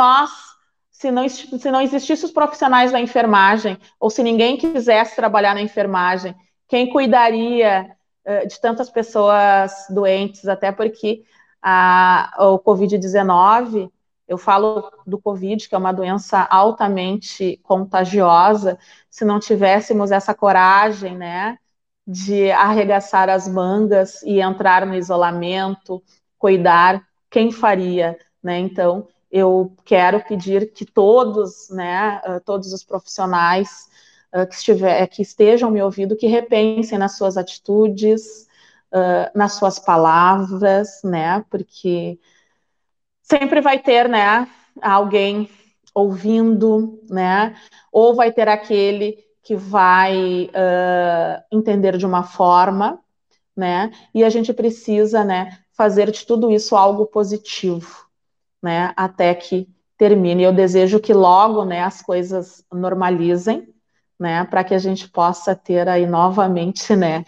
Speaker 12: não existissem os profissionais da enfermagem, ou se ninguém quisesse trabalhar na enfermagem, quem cuidaria de tantas pessoas doentes? Até porque o Covid-19, eu falo do Covid, que é uma doença altamente contagiosa, se não tivéssemos essa coragem, né, de arregaçar as mangas e entrar no isolamento, cuidar, quem faria, né? Então, eu quero pedir que todos, né, todos os profissionais que estejam me ouvindo, que repensem nas suas atitudes, nas suas palavras, né, porque sempre vai ter, né, alguém ouvindo, né, ou vai ter aquele que vai entender de uma forma, né, e a gente precisa, né, fazer de tudo isso algo positivo, né, até que termine. Eu desejo que logo, né, as coisas normalizem, né, para que a gente possa ter aí novamente, né,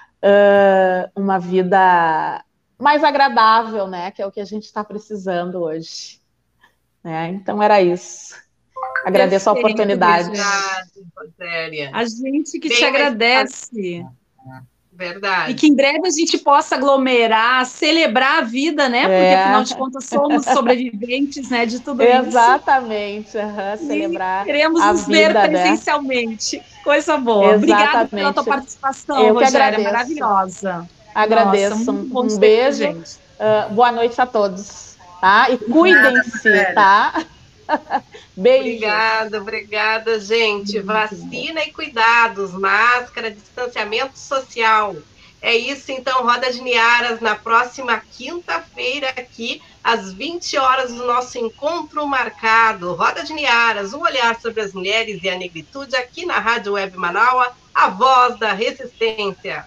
Speaker 12: uma vida mais agradável, né, que é o que a gente está precisando hoje, né? Então era isso. Agradeço a oportunidade.
Speaker 2: Rosélia.
Speaker 3: A gente que te agradece.
Speaker 2: Verdade.
Speaker 3: E que em breve a gente possa aglomerar, celebrar a vida, né? Porque, afinal de contas, somos sobreviventes, né, de tudo isso.
Speaker 12: Exatamente. Celebrar
Speaker 3: queremos
Speaker 12: a
Speaker 3: nos
Speaker 12: vida,
Speaker 3: ver presencialmente. Né? Coisa boa.
Speaker 12: Exatamente.
Speaker 3: Obrigada pela tua participação, Rogéria. Maravilhosa.
Speaker 12: Agradeço.
Speaker 3: Nossa,
Speaker 12: um beijo. Boa noite a todos. Tá? E cuidem-se, tá? Beijo.
Speaker 2: Obrigada, gente. Vacina e cuidados, máscara, distanciamento social. É isso, então, Roda de Niaras, na próxima quinta-feira, aqui, às 20 horas, o nosso encontro marcado. Roda de Niaras, um olhar sobre as mulheres e a negritude, aqui na Rádio Web Manaua, a voz da resistência.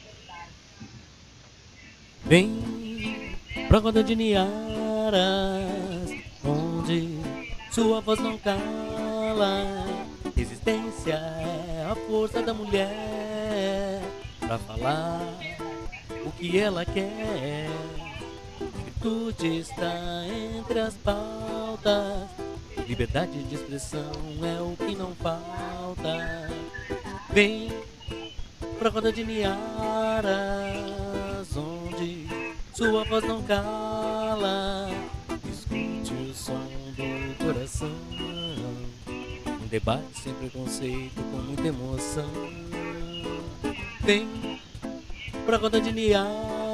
Speaker 1: Vem pra Roda de Niaras, onde sua voz não cala. Resistência é a força da mulher pra falar o que ela quer. Virtude está entre as pautas, liberdade de expressão é o que não falta. Vem pra Roda de Niaras, onde sua voz não cala. Escute o som do coração, um debate sem preconceito, com muita emoção. Vem pra Roda de Niaras,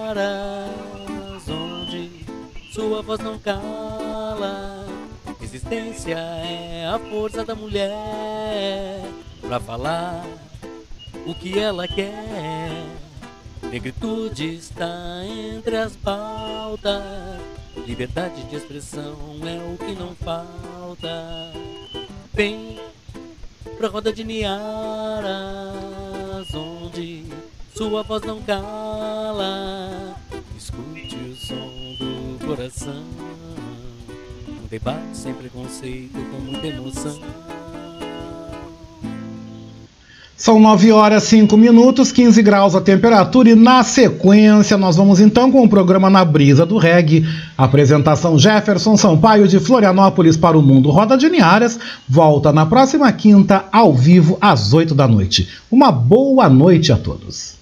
Speaker 1: onde sua voz não cala. Resistência é a força da mulher pra falar o que ela quer. Negritude está entre as pautas, liberdade de expressão é o que não falta. Vem pra Roda de Niaras, onde sua voz não cala. Escute o som do coração, um debate sem preconceito, com muita emoção.
Speaker 4: São 9h05, 15 graus a temperatura, e na sequência nós vamos então com o programa Na Brisa do Reggae. Apresentação Jefferson Sampaio de Florianópolis para o Mundo Roda de Niaras. Volta na próxima quinta, ao vivo, às 8 da noite. Uma boa noite a todos.